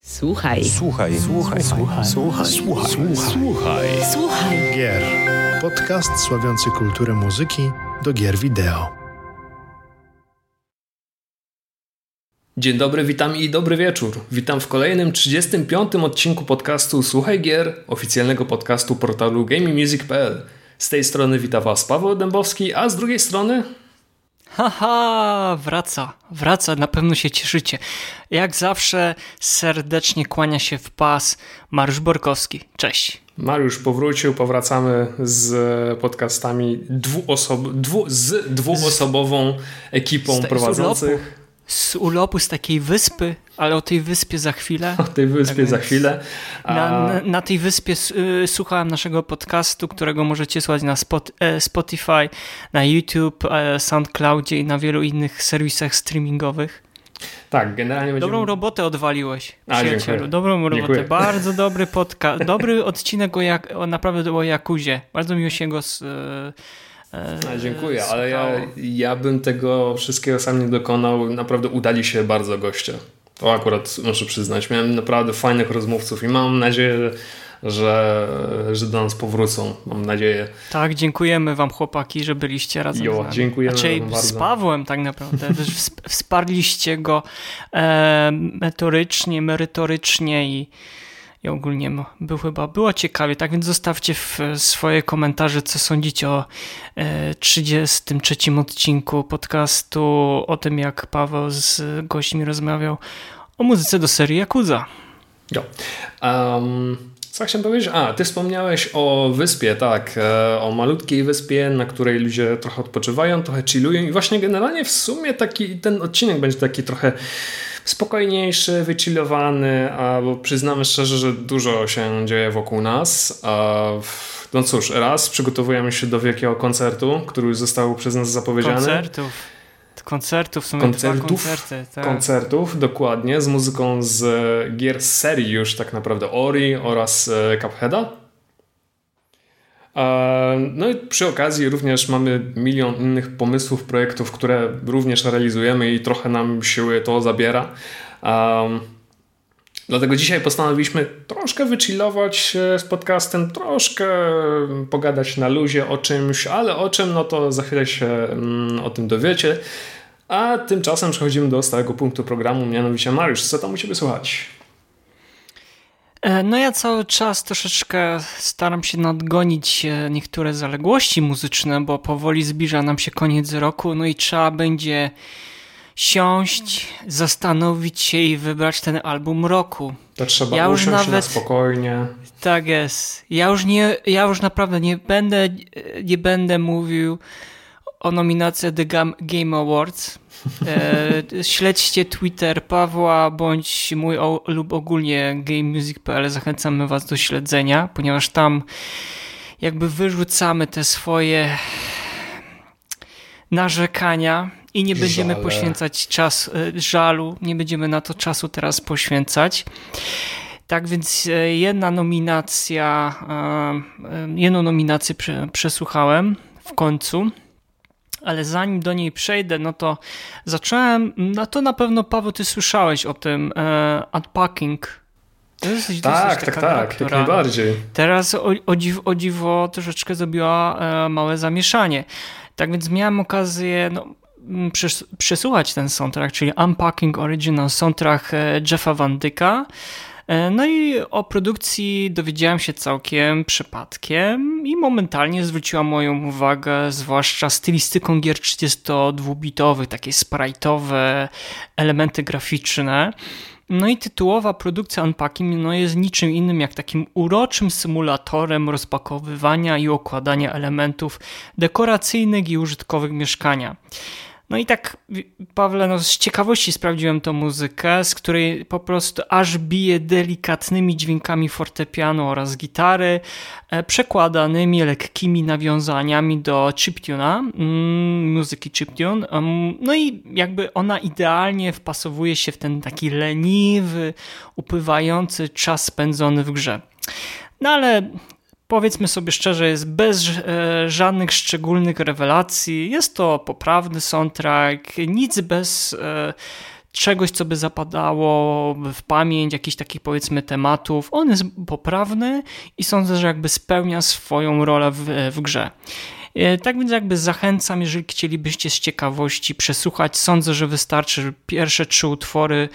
Słuchaj. Słuchaj. Słuchaj. Słuchaj. Słuchaj. Słuchaj. Słuchaj. Słuchaj. Gier. Podcast sławiący kulturę muzyki do gier wideo. Dzień dobry, witam i dobry wieczór. Witam w kolejnym 35. odcinku podcastu Słuchaj Gier, oficjalnego podcastu portalu GamingMusic.pl. Z tej strony wita Was Paweł Dębowski, a z drugiej strony... Haha, wraca, na pewno się cieszycie. Jak zawsze serdecznie kłania się w pas Mariusz Borkowski. Cześć. Mariusz powrócił, powracamy z podcastami dwuosobową ekipą prowadzących. Z urlopu, z takiej wyspy, ale o tej wyspie za chwilę. O tej wyspie za chwilę. Na tej wyspie słuchałem naszego podcastu, którego możecie słuchać na Spotify, na YouTube, SoundCloudzie i na wielu innych serwisach streamingowych. Tak, generalnie będziemy... Dobrą robotę odwaliłeś, przyjacielu. Dziękuję. Dobrą robotę. Dziękuję. Bardzo dobry podcast. Dobry odcinek naprawdę o Jakuzie. Bardzo miło się go... Dziękuję, ale ja bym tego wszystkiego sam nie dokonał. Naprawdę udali się bardzo goście. To akurat muszę przyznać. Miałem naprawdę fajnych rozmówców i mam nadzieję, że do nas powrócą. Mam nadzieję. Tak, dziękujemy wam chłopaki, że byliście razem z nami. Dziękujemy Znaczy, wam bardzo. z Pawłem tak naprawdę. Wsparliście go merytorycznie i ogólnie było ciekawie, tak więc zostawcie swoje komentarze, co sądzicie o 33. odcinku podcastu, o tym jak Paweł z gośćmi rozmawiał o muzyce do serii Yakuza. Co chciałem powiedzieć? Ty wspomniałeś o wyspie, tak, o malutkiej wyspie, na której ludzie trochę odpoczywają, trochę chillują i właśnie generalnie w sumie ten odcinek będzie taki trochę spokojniejszy, wychillowany, bo przyznamy szczerze, że dużo się dzieje wokół nas. No cóż, raz przygotowujemy się do wielkiego koncertu, który już został przez nas zapowiedziany. Koncertów, są dwa koncerty. Tak. Koncertów, dokładnie, z muzyką z gier z serii już tak naprawdę Ori oraz Cupheada. No i przy okazji również mamy milion innych pomysłów, projektów, które również realizujemy i trochę nam siły to zabiera. Dlatego dzisiaj postanowiliśmy troszkę wychillować z podcastem, troszkę pogadać na luzie o czymś, ale o czym, no to za chwilę się o tym dowiecie. A tymczasem przechodzimy do stałego punktu programu, mianowicie Mariusz, co tam u Ciebie słychać? No ja cały czas troszeczkę staram się nadgonić niektóre zaległości muzyczne, bo powoli zbliża nam się koniec roku, no i trzeba będzie siąść, zastanowić się i wybrać ten album roku. To trzeba usiąść na spokojnie. Tak jest. Ja już naprawdę nie będę mówił o nominacji The Game Awards. Śledźcie Twitter Pawła bądź mój lub ogólnie GameMusic.pl. Zachęcamy was do śledzenia, ponieważ tam jakby wyrzucamy te swoje narzekania i nie będziemy poświęcać żalu, nie będziemy na to czasu teraz poświęcać. Tak więc jedną nominację przesłuchałem w końcu. Ale zanim do niej przejdę, no to zacząłem, no to na pewno Paweł, ty słyszałeś o tym Unpacking. Tak, jak najbardziej. Teraz o dziwo troszeczkę zrobiła małe zamieszanie. Tak więc miałem okazję przesłuchać ten soundtrack, czyli Unpacking Original Soundtrack Jeffa Van Dycka. No i o produkcji dowiedziałem się całkiem przypadkiem i momentalnie zwróciła moją uwagę zwłaszcza stylistyką gier 32-bitowych, takie sprite'owe elementy graficzne. No i tytułowa produkcja Unpacking jest niczym innym jak takim uroczym symulatorem rozpakowywania i układania elementów dekoracyjnych i użytkowych mieszkania. No i tak, Pawle, z ciekawości sprawdziłem tą muzykę, z której po prostu aż bije delikatnymi dźwiękami fortepianu oraz gitary, przekładanymi lekkimi nawiązaniami do chiptune'a, muzyki chiptune. No i jakby ona idealnie wpasowuje się w ten taki leniwy, upływający czas spędzony w grze. No ale powiedzmy sobie szczerze, jest bez żadnych szczególnych rewelacji. Jest to poprawny soundtrack, nic bez czegoś, co by zapadało w pamięć, jakichś takich powiedzmy tematów. On jest poprawny i sądzę, że jakby spełnia swoją rolę w grze. Tak więc jakby zachęcam, jeżeli chcielibyście z ciekawości przesłuchać, sądzę, że wystarczy pierwsze 3 utwory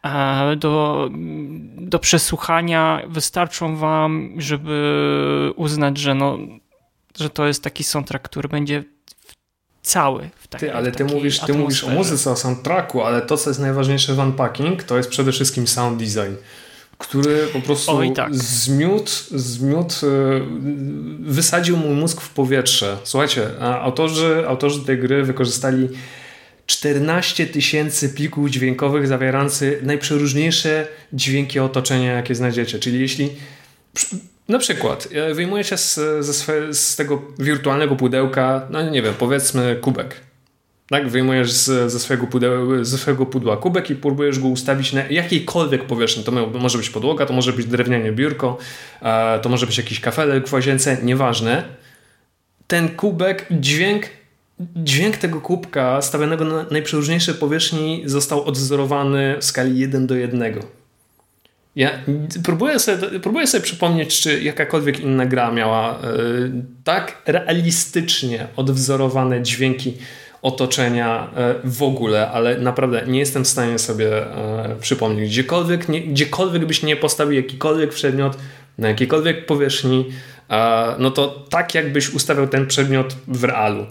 do przesłuchania, wystarczą wam, żeby uznać, że to jest taki soundtrack, który będzie cały w takiej Ty mówisz o muzyce, o soundtracku, ale to, co jest najważniejsze w Unpacking, to jest przede wszystkim sound design, który po prostu zmiótł, wysadził mój mózg w powietrze. Słuchajcie, autorzy tej gry wykorzystali 14 000 plików dźwiękowych zawierających najprzeróżniejsze dźwięki otoczenia, jakie znajdziecie. Czyli jeśli na przykład wyjmujecie z tego wirtualnego pudełka, no nie wiem, powiedzmy kubek. Tak? Wyjmujesz ze swojego pudła kubek i próbujesz go ustawić na jakiejkolwiek powierzchni. To może być podłoga, to może być drewniane biurko, to może być jakiś kafelek w łazience, nieważne. Ten kubek, dźwięk tego kubka stawionego na najprzeróżniejszej powierzchni został odwzorowany w skali 1:1. Ja próbuję sobie przypomnieć, czy jakakolwiek inna gra miała tak realistycznie odwzorowane dźwięki otoczenia w ogóle, ale naprawdę nie jestem w stanie sobie przypomnieć. Gdziekolwiek byś nie postawił jakikolwiek przedmiot na jakiejkolwiek powierzchni, no to tak jakbyś ustawiał ten przedmiot w realu.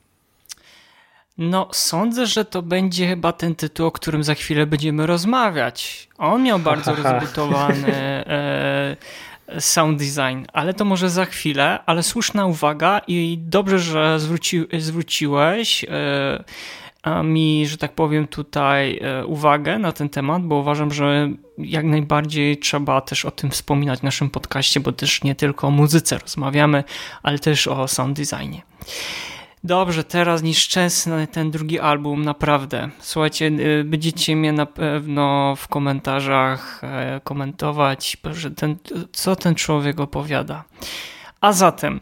No, sądzę, że to będzie chyba ten tytuł, o którym za chwilę będziemy rozmawiać. On miał bardzo rozbudowany sound design, ale to może za chwilę, ale słuszna uwaga i dobrze, że zwróciłeś mi, że tak powiem, tutaj uwagę na ten temat, bo uważam, że jak najbardziej trzeba też o tym wspominać w naszym podcaście, bo też nie tylko o muzyce rozmawiamy, ale też o sound designie. Dobrze, teraz nieszczęsny ten drugi album, naprawdę. Słuchajcie, będziecie mnie na pewno w komentarzach komentować, że co ten człowiek opowiada. A zatem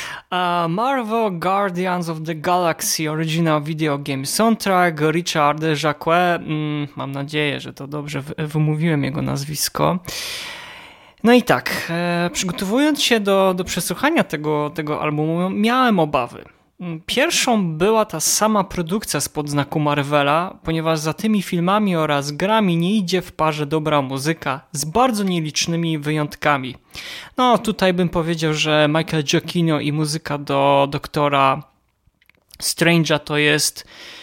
Marvel Guardians of the Galaxy Original Video Game Soundtrack Richard Jacques. Mam nadzieję, że to dobrze wymówiłem jego nazwisko. No i tak, przygotowując się do przesłuchania tego albumu, miałem obawy. Pierwszą była ta sama produkcja spod znaku Marvela, ponieważ za tymi filmami oraz grami nie idzie w parze dobra muzyka z bardzo nielicznymi wyjątkami. No tutaj bym powiedział, że Michael Giacchino i muzyka do Doktora Strange'a to jest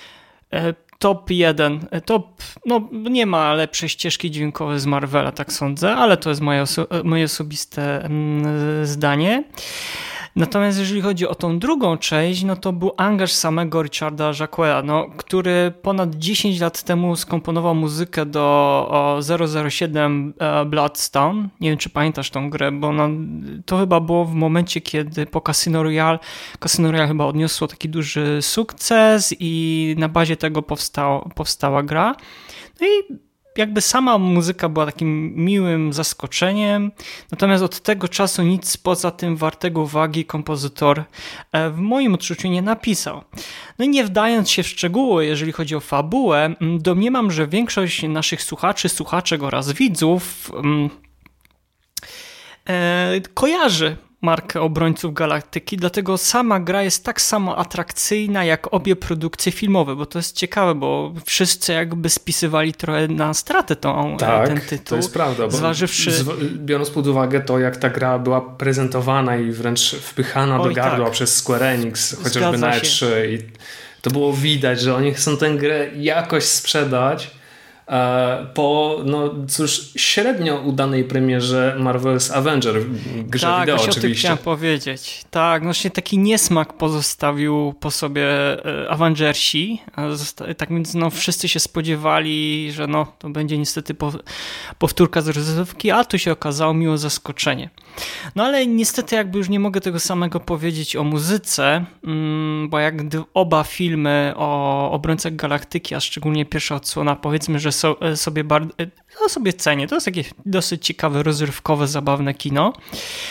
top 1, no nie ma lepszej ścieżki dźwiękowej z Marvela, tak sądzę, ale to jest moje osobiste zdanie. Natomiast jeżeli chodzi o tą drugą część, no to był angaż samego Richarda Jacques'a, który ponad 10 lat temu skomponował muzykę do 007 Bloodstone. Nie wiem, czy pamiętasz tą grę, bo to chyba było w momencie, kiedy po Casino Royale chyba odniosło taki duży sukces i na bazie tego powstała gra. No i jakby sama muzyka była takim miłym zaskoczeniem, natomiast od tego czasu nic poza tym wartego uwagi kompozytor w moim odczuciu nie napisał. No i nie wdając się w szczegóły, jeżeli chodzi o fabułę, domniemam, że większość naszych słuchaczek oraz widzów kojarzy markę Obrońców Galaktyki, dlatego sama gra jest tak samo atrakcyjna jak obie produkcje filmowe, bo to jest ciekawe, bo wszyscy jakby spisywali trochę na stratę ten tytuł. To jest prawda, bo biorąc pod uwagę to, jak ta gra była prezentowana i wręcz wpychana do gardła przez Square Enix, chociażby na E3 i to było widać, że oni chcą tę grę jakoś sprzedać po, średnio udanej premierze Marvel's Avenger w grze wideo oczywiście. Tak, o tym chciałem powiedzieć. Tak, właśnie taki niesmak pozostawił po sobie Avengersi, tak więc wszyscy się spodziewali, że to będzie niestety powtórka z rozrywki, a tu się okazało miłe zaskoczenie. No ale niestety jakby już nie mogę tego samego powiedzieć o muzyce, bo jak oba filmy o Obrońcach Galaktyki, a szczególnie pierwsza odsłona, powiedzmy, że sobie cenię. To jest jakieś dosyć ciekawe, rozrywkowe, zabawne kino.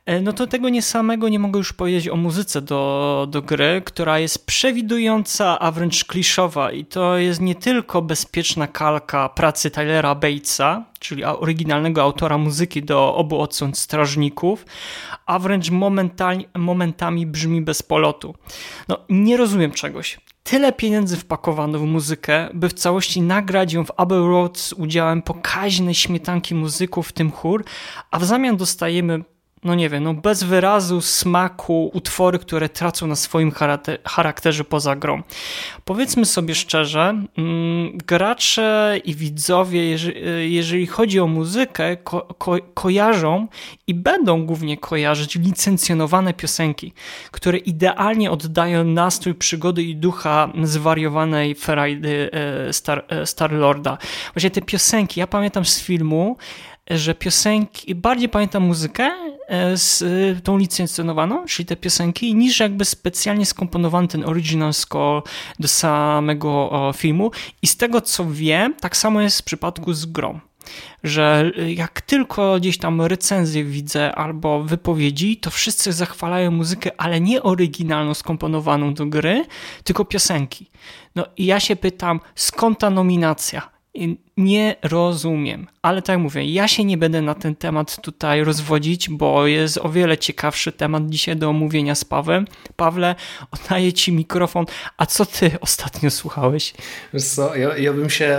no to tego samego nie mogę już powiedzieć o muzyce do gry, która jest przewidująca, a wręcz kliszowa i to jest nie tylko bezpieczna kalka pracy Tylera Batesa, czyli oryginalnego autora muzyki do Obu odsłon Strażników, a wręcz momentami brzmi bez polotu. No, nie rozumiem czegoś. Tyle pieniędzy wpakowano w muzykę, by w całości nagrać ją w Abbey Road z udziałem pokaźnej śmietanki muzyków, w tym chór, a w zamian dostajemy, no nie wiem, no bez wyrazu, smaku, utwory, które tracą na swoim charakterze poza grą. Powiedzmy sobie szczerze, gracze i widzowie, jeżeli chodzi o muzykę, kojarzą i będą głównie kojarzyć licencjonowane piosenki, które idealnie oddają nastrój przygody i ducha zwariowanej Ferajdy Star-Lorda. Właśnie te piosenki, ja pamiętam z filmu, że piosenki, bardziej pamiętam muzykę z tą licencjonowaną, czyli te piosenki, niż jakby specjalnie skomponowany ten original score do samego filmu. I z tego co wiem, tak samo jest w przypadku z grą, że jak tylko gdzieś tam recenzje widzę albo wypowiedzi, to wszyscy zachwalają muzykę, ale nie oryginalną skomponowaną do gry, tylko piosenki. No i ja się pytam, skąd ta nominacja? Nie rozumiem, ale tak mówię, ja się nie będę na ten temat tutaj rozwodzić, bo jest o wiele ciekawszy temat dzisiaj do omówienia z Pawłem. Pawle, oddaję ci mikrofon, a co ty ostatnio słuchałeś? Wiesz co, ja bym się...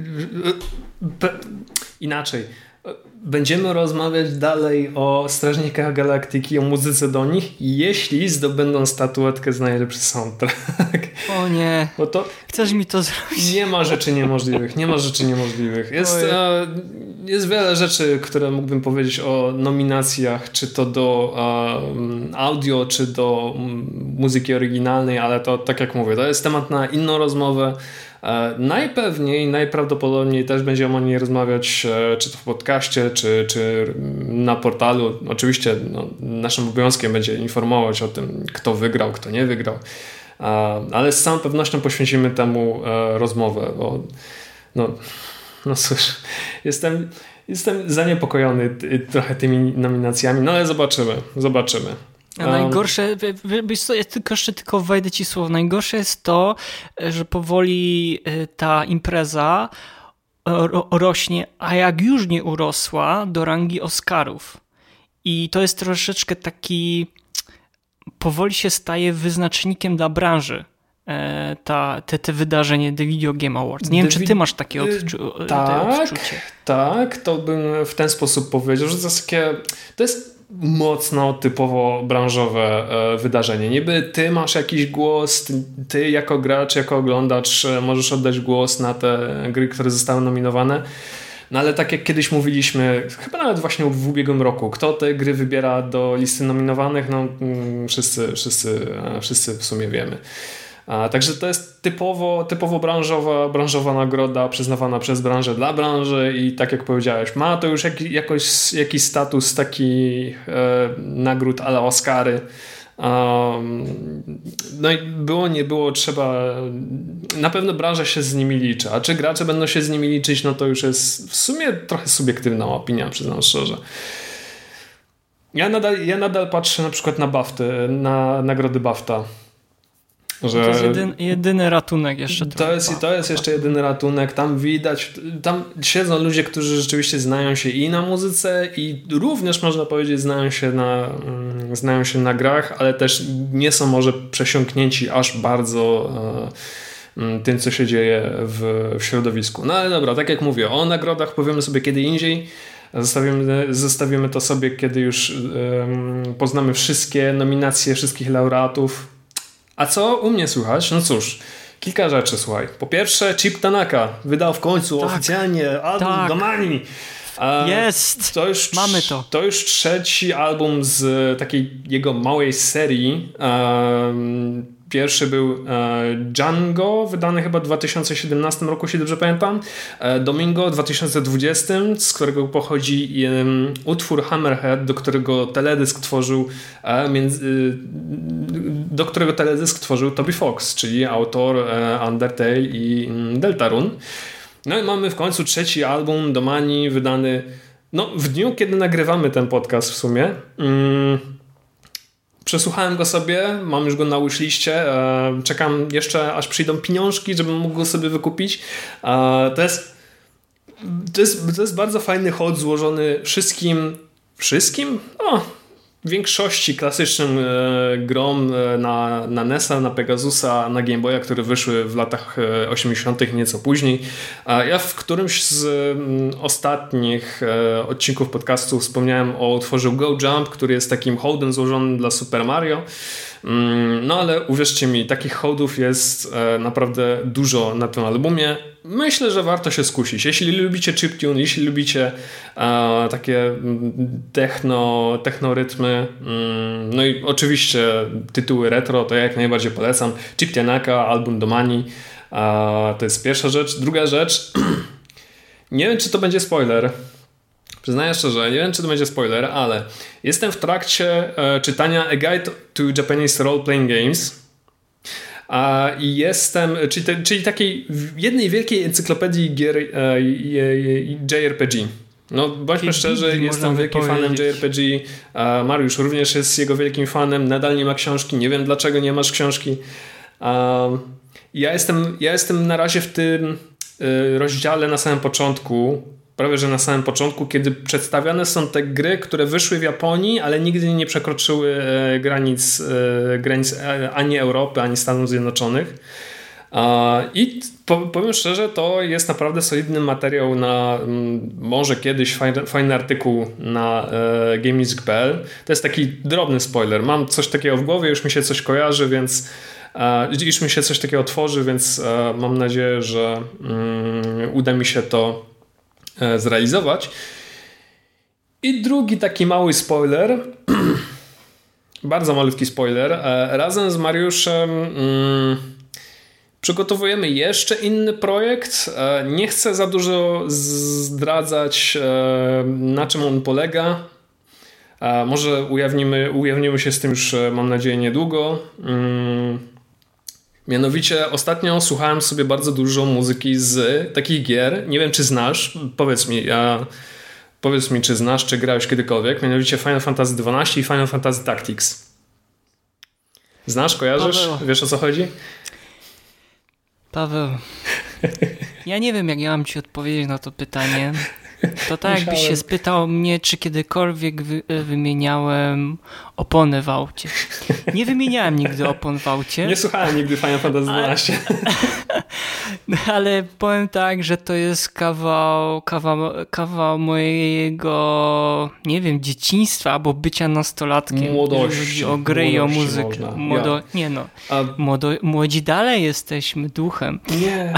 Inaczej. Będziemy rozmawiać dalej o Strażnikach Galaktyki, o muzyce do nich, jeśli zdobędą statuetkę z najlepszy soundtrack. O nie, bo to chcesz mi to zrobić? Nie ma rzeczy niemożliwych, Jest wiele rzeczy, które mógłbym powiedzieć o nominacjach, czy to do audio, czy do muzyki oryginalnej, ale to tak jak mówię, to jest temat na inną rozmowę. Najprawdopodobniej też będziemy o niej rozmawiać, czy to w podcaście, czy na portalu. Oczywiście naszym obowiązkiem będzie informować o tym, kto wygrał, kto nie wygrał, ale z całą pewnością poświęcimy temu rozmowę, bo cóż, jestem zaniepokojony trochę tymi nominacjami, no ale zobaczymy. A najgorsze, wiesz co, ja tylko wejdę ci słowo, najgorsze jest to, że powoli ta impreza rośnie, a jak już nie urosła, do rangi Oscarów. I to jest troszeczkę taki, powoli się staje wyznacznikiem dla branży. Te wydarzenie The Video Game Awards. Nie wiem, czy ty masz takie odczucie. Tak, to bym w ten sposób powiedział, że to jest mocno typowo branżowe wydarzenie. Niby ty masz jakiś głos, ty jako gracz, jako oglądacz możesz oddać głos na te gry, które zostały nominowane. No ale tak jak kiedyś mówiliśmy, chyba nawet właśnie w ubiegłym roku, kto te gry wybiera do listy nominowanych, no wszyscy w sumie wiemy. Także to jest typowo branżowa nagroda przyznawana przez branżę dla branży i tak jak powiedziałeś, ma to już jakiś status takich nagród a la Oscary. No i nie było, trzeba, na pewno branża się z nimi liczy, a czy gracze będą się z nimi liczyć, no to już jest w sumie trochę subiektywna opinia, przyznam szczerze. Ja nadal patrzę na przykład na BAFTY, na nagrody BAFTA. To jest jedyny ratunek jeszcze. To jest jeszcze jedyny ratunek. Tam widać, tam siedzą ludzie, którzy rzeczywiście znają się i na muzyce i również można powiedzieć znają się na grach, ale też nie są może przesiąknięci aż bardzo tym, co się dzieje w środowisku. No ale dobra, tak jak mówię, o nagrodach powiemy sobie kiedy indziej. Zostawimy to sobie, kiedy już poznamy wszystkie nominacje, wszystkich laureatów. A co u mnie słychać? No cóż, kilka rzeczy, słuchaj. Po pierwsze, Chip Tanaka wydał w końcu oficjalnie album Domani. Jest! Mamy to. To już trzeci album z takiej jego małej serii. Pierwszy był Django, wydany chyba w 2017 roku, jeśli dobrze pamiętam. Domingo w 2020, z którego pochodzi utwór Hammerhead, do którego teledysk tworzył Toby Fox, czyli autor Undertale i Deltarune. No i mamy w końcu trzeci album Domani, wydany no, w dniu, kiedy nagrywamy ten podcast w sumie, przesłuchałem go sobie, mam już go na wishliście, czekam jeszcze, aż przyjdą pieniążki, żebym mógł go sobie wykupić. To jest bardzo fajny hod złożony wszystkim? W większości klasycznym grom na NES-a, na Pegasusa, na Game Boya, które wyszły w latach 80. nieco później. Ja w którymś z ostatnich odcinków podcastu wspomniałem o utworze Go Jump, który jest takim hołdem złożonym dla Super Mario. No ale uwierzcie mi, takich hołdów jest naprawdę dużo na tym albumie. Myślę, że warto się skusić. Jeśli lubicie chiptune, jeśli lubicie takie techno-rytmy, no i oczywiście tytuły retro, to ja jak najbardziej polecam. Chip Tanaka, album Domani, to jest pierwsza rzecz. Druga rzecz, nie wiem, czy to będzie spoiler. Przyznaję szczerze, nie wiem, czy to będzie spoiler, ale jestem w trakcie czytania A Guide to Japanese Role Playing Games. I jestem, czyli takiej jednej wielkiej encyklopedii gier JRPG. No bądźmy szczerzy, jestem wielkim fanem JRPG. Mariusz również jest jego wielkim fanem. Nadal nie ma książki. Nie wiem, dlaczego nie masz książki. Ja jestem na razie w tym rozdziale na samym początku, prawie że na samym początku, kiedy przedstawiane są te gry, które wyszły w Japonii, ale nigdy nie przekroczyły granic ani Europy, ani Stanów Zjednoczonych. I powiem szczerze, to jest naprawdę solidny materiał na może kiedyś fajny artykuł na GameMusic.pl. To jest taki drobny spoiler. Mam coś takiego w głowie, już mi się coś kojarzy, więc już mi się coś takiego tworzy, więc mam nadzieję, że uda mi się to zrealizować. I drugi taki mały spoiler, bardzo malutki spoiler, razem z Mariuszem przygotowujemy jeszcze inny projekt. Nie chcę za dużo zdradzać, na czym on polega. Może ujawnimy się z tym już, mam nadzieję, niedługo. Mianowicie ostatnio słuchałem sobie bardzo dużo muzyki z takich gier. Nie wiem, czy znasz. Powiedz mi, czy znasz, czy grałeś kiedykolwiek. Mianowicie Final Fantasy XII i Final Fantasy Tactics. Znasz, kojarzysz? Paweł. Wiesz, o co chodzi? Paweł, ja nie wiem, jak ja mam ci odpowiedzieć na to pytanie. To tak jakbyś się spytał mnie, czy kiedykolwiek wymieniałem opony w aucie. Nie wymieniałem nigdy opon w aucie. Nie słuchałem nigdy Final Fantasy XII. Ale powiem tak, że to jest kawał mojego, nie wiem, dzieciństwa albo bycia nastolatkiem. Młodości. Chodzi o gry i o muzykę. Młodzi dalej jesteśmy duchem. Nie.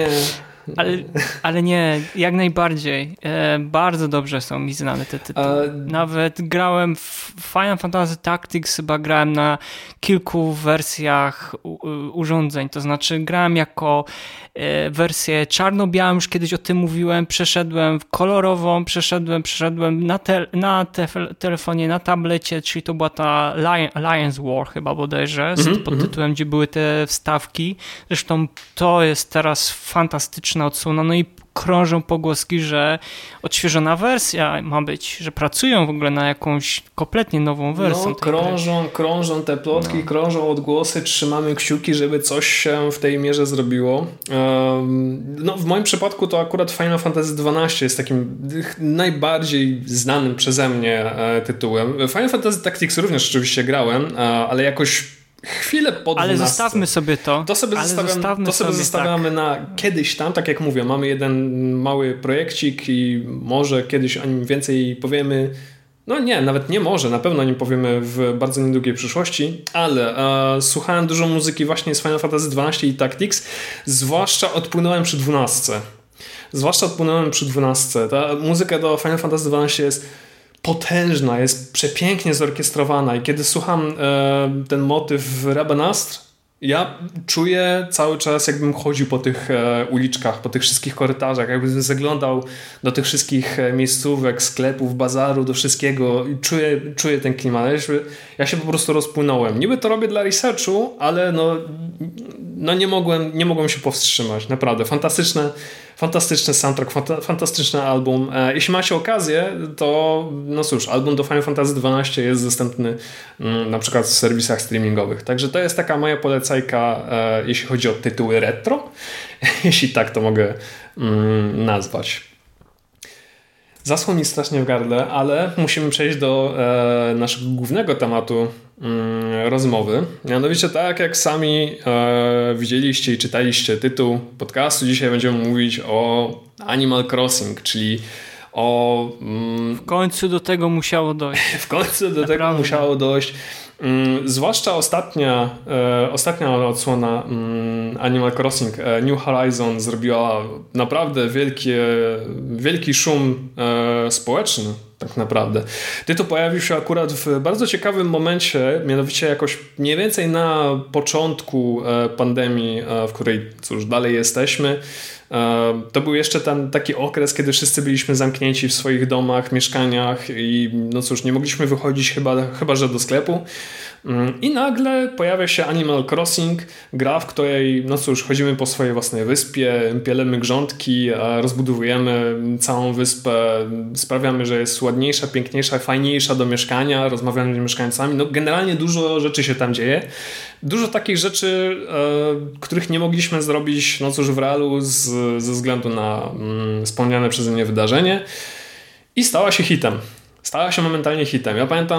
Ale nie, jak najbardziej. Bardzo dobrze są mi znane te tytuły. Nawet grałem w Final Fantasy Tactics, chyba grałem na kilku wersjach urządzeń. To znaczy grałem jako wersję czarno-białą, już kiedyś o tym mówiłem, przeszedłem w kolorową, przeszedłem na telefonie, na tablecie, czyli to była ta Alliance War chyba bodajże, pod tytułem, gdzie były te wstawki. Zresztą to jest teraz fantastyczna odsłona, no i krążą pogłoski, że odświeżona wersja ma być, że pracują w ogóle na jakąś kompletnie nową wersję. No, krążą te plotki, krążą odgłosy, trzymamy kciuki, żeby coś się w tej mierze zrobiło. No, w moim przypadku to akurat Final Fantasy XII jest takim najbardziej znanym przeze mnie tytułem. Final Fantasy Tactics również oczywiście grałem, ale jakoś chwilę po 12. Ale zostawmy sobie to. To sobie zostawiamy tak na kiedyś tam, tak jak mówię, mamy jeden mały projekcik i może kiedyś o nim więcej powiemy. No nie, nawet nie może, na pewno nie powiemy w bardzo niedługiej przyszłości, ale słuchałem dużo muzyki właśnie z Final Fantasy XII i Tactics, zwłaszcza odpłynąłem przy 12. Ta muzyka do Final Fantasy XII jest potężna, jest przepięknie zorkiestrowana i kiedy słucham ten motyw w Rabanastr, ja czuję cały czas, jakbym chodził po tych uliczkach, po tych wszystkich korytarzach, jakbym zaglądał do tych wszystkich miejscówek, sklepów, bazaru, do wszystkiego i czuję ten klimat. Ja się po prostu rozpłynąłem. Niby to robię dla researchu, ale no no nie mogłem się powstrzymać, naprawdę. Fantastyczny soundtrack, fantastyczny album. Jeśli macie okazję, to no cóż, album do Final Fantasy XII jest dostępny na przykład w serwisach streamingowych. Także to jest taka moja polecajka, jeśli chodzi o tytuły retro, jeśli tak to mogę nazwać. Zaschło mi strasznie w gardle, ale musimy przejść do naszego głównego tematu rozmowy. Mianowicie tak jak sami widzieliście i czytaliście tytuł podcastu, dzisiaj będziemy mówić o Animal Crossing, czyli o... W końcu do tego musiało dojść. W końcu do tego musiało dojść. Zwłaszcza ostatnia odsłona Animal Crossing New Horizon zrobiła naprawdę wielki szum społeczny tak naprawdę. Tytuł pojawił się akurat w bardzo ciekawym momencie, mianowicie jakoś mniej więcej na początku pandemii, w której cóż, dalej jesteśmy. To był jeszcze ten taki okres, kiedy wszyscy byliśmy zamknięci w swoich domach, mieszkaniach i no cóż, nie mogliśmy wychodzić chyba że do sklepu. I nagle pojawia się Animal Crossing, gra, w której no cóż, chodzimy po swojej własnej wyspie, pielemy grządki, rozbudowujemy całą wyspę, sprawiamy, że jest ładniejsza, piękniejsza, fajniejsza do mieszkania, rozmawiamy z mieszkańcami. No generalnie dużo rzeczy się tam dzieje. Dużo takich rzeczy, których nie mogliśmy zrobić no cóż, w realu ze względu na wspomniane przeze mnie wydarzenie. I stała się hitem. Stała się momentalnie hitem.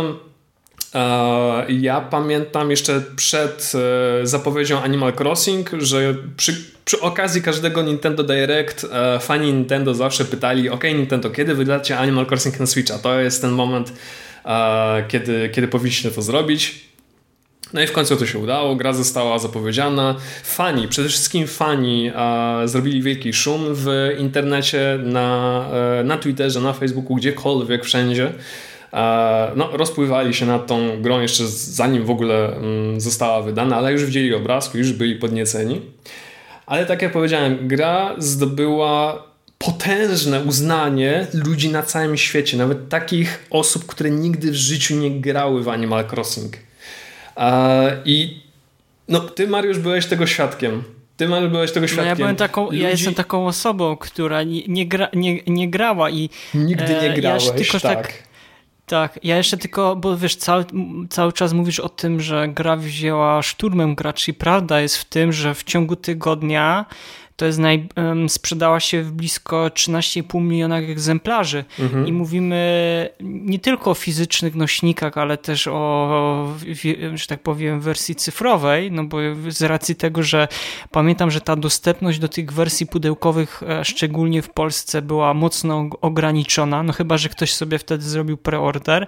Ja pamiętam jeszcze przed zapowiedzią Animal Crossing, że przy okazji każdego Nintendo Direct fani Nintendo zawsze pytali: OK, Nintendo, kiedy wydacie Animal Crossing na Switcha? To jest ten moment, kiedy powinniście to zrobić. No i w końcu to się udało, gra została zapowiedziana. Przede wszystkim fani zrobili wielki szum w internecie, na Twitterze, na Facebooku, gdziekolwiek, wszędzie. No, rozpływali się nad tą grą jeszcze zanim w ogóle została wydana, ale już widzieli obrazki, już byli podnieceni. Ale tak jak powiedziałem, gra zdobyła potężne uznanie ludzi na całym świecie, nawet takich osób, które nigdy w życiu nie grały w Animal Crossing. I no, ty, Mariusz, byłeś tego świadkiem. No, ja jestem taką osobą, która nie grała i nigdy nie grałeś, Tak, ja jeszcze tylko, bo wiesz, cały czas mówisz o tym, że gra wzięła szturmem graczy i prawda jest w tym, że w ciągu tygodnia to jest sprzedała się w blisko 13,5 miliona egzemplarzy i mówimy nie tylko o fizycznych nośnikach, ale też o, że tak powiem, wersji cyfrowej, no bo z racji tego, że pamiętam, że ta dostępność do tych wersji pudełkowych, szczególnie w Polsce, była mocno ograniczona, no chyba, że ktoś sobie wtedy zrobił preorder.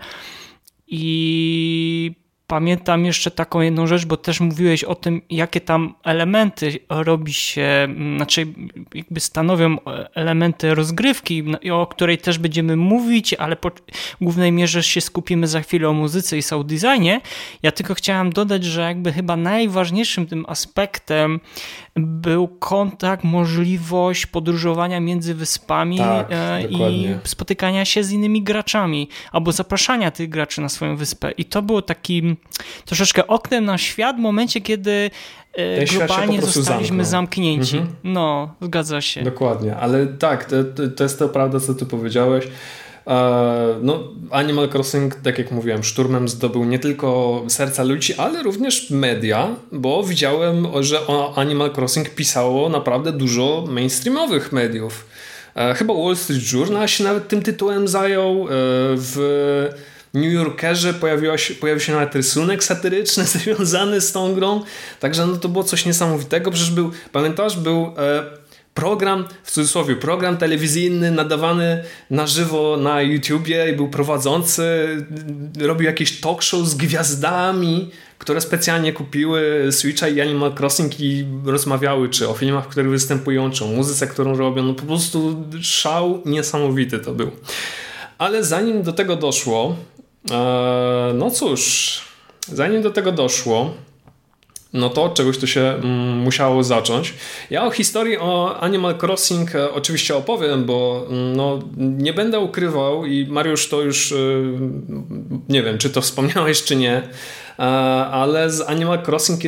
I pamiętam jeszcze taką jedną rzecz, bo też mówiłeś o tym, jakie tam elementy robi się, znaczy jakby stanowią elementy rozgrywki, o której też będziemy mówić, ale po głównej mierze się skupimy za chwilę o muzyce i sound designie. Ja tylko chciałem dodać, że jakby chyba najważniejszym tym aspektem był kontakt, możliwość podróżowania między wyspami i spotykania się z innymi graczami, albo zapraszania tych graczy na swoją wyspę. I to było takim troszeczkę oknem na świat w momencie, kiedy globalnie zostaliśmy zamknięci. No, zgadza się. Dokładnie, ale tak, to jest to prawda, co ty powiedziałeś. No, Animal Crossing, tak jak mówiłem, szturmem zdobył nie tylko serca ludzi, ale również media, bo widziałem, że o Animal Crossing pisało naprawdę dużo mainstreamowych mediów. Chyba Wall Street Journal się nawet tym tytułem zajął. W New Yorkerze pojawił się nawet rysunek satyryczny związany z tą grą. Także no, to było coś niesamowitego. Przecież był program, w cudzysłowie, program telewizyjny nadawany na żywo na YouTubie i był prowadzący, robił jakieś talk show z gwiazdami, które specjalnie kupiły Switcha i Animal Crossing i rozmawiały czy o filmach, w których występują, czy o muzyce, którą robią. No po prostu szał niesamowity to był. Ale zanim do tego doszło, no to od czegoś tu się musiało zacząć. Ja o historii o Animal Crossing oczywiście opowiem, bo no, nie będę ukrywał i Mariusz to już nie wiem, czy to wspomniałeś, czy nie, ale z Animal Crossing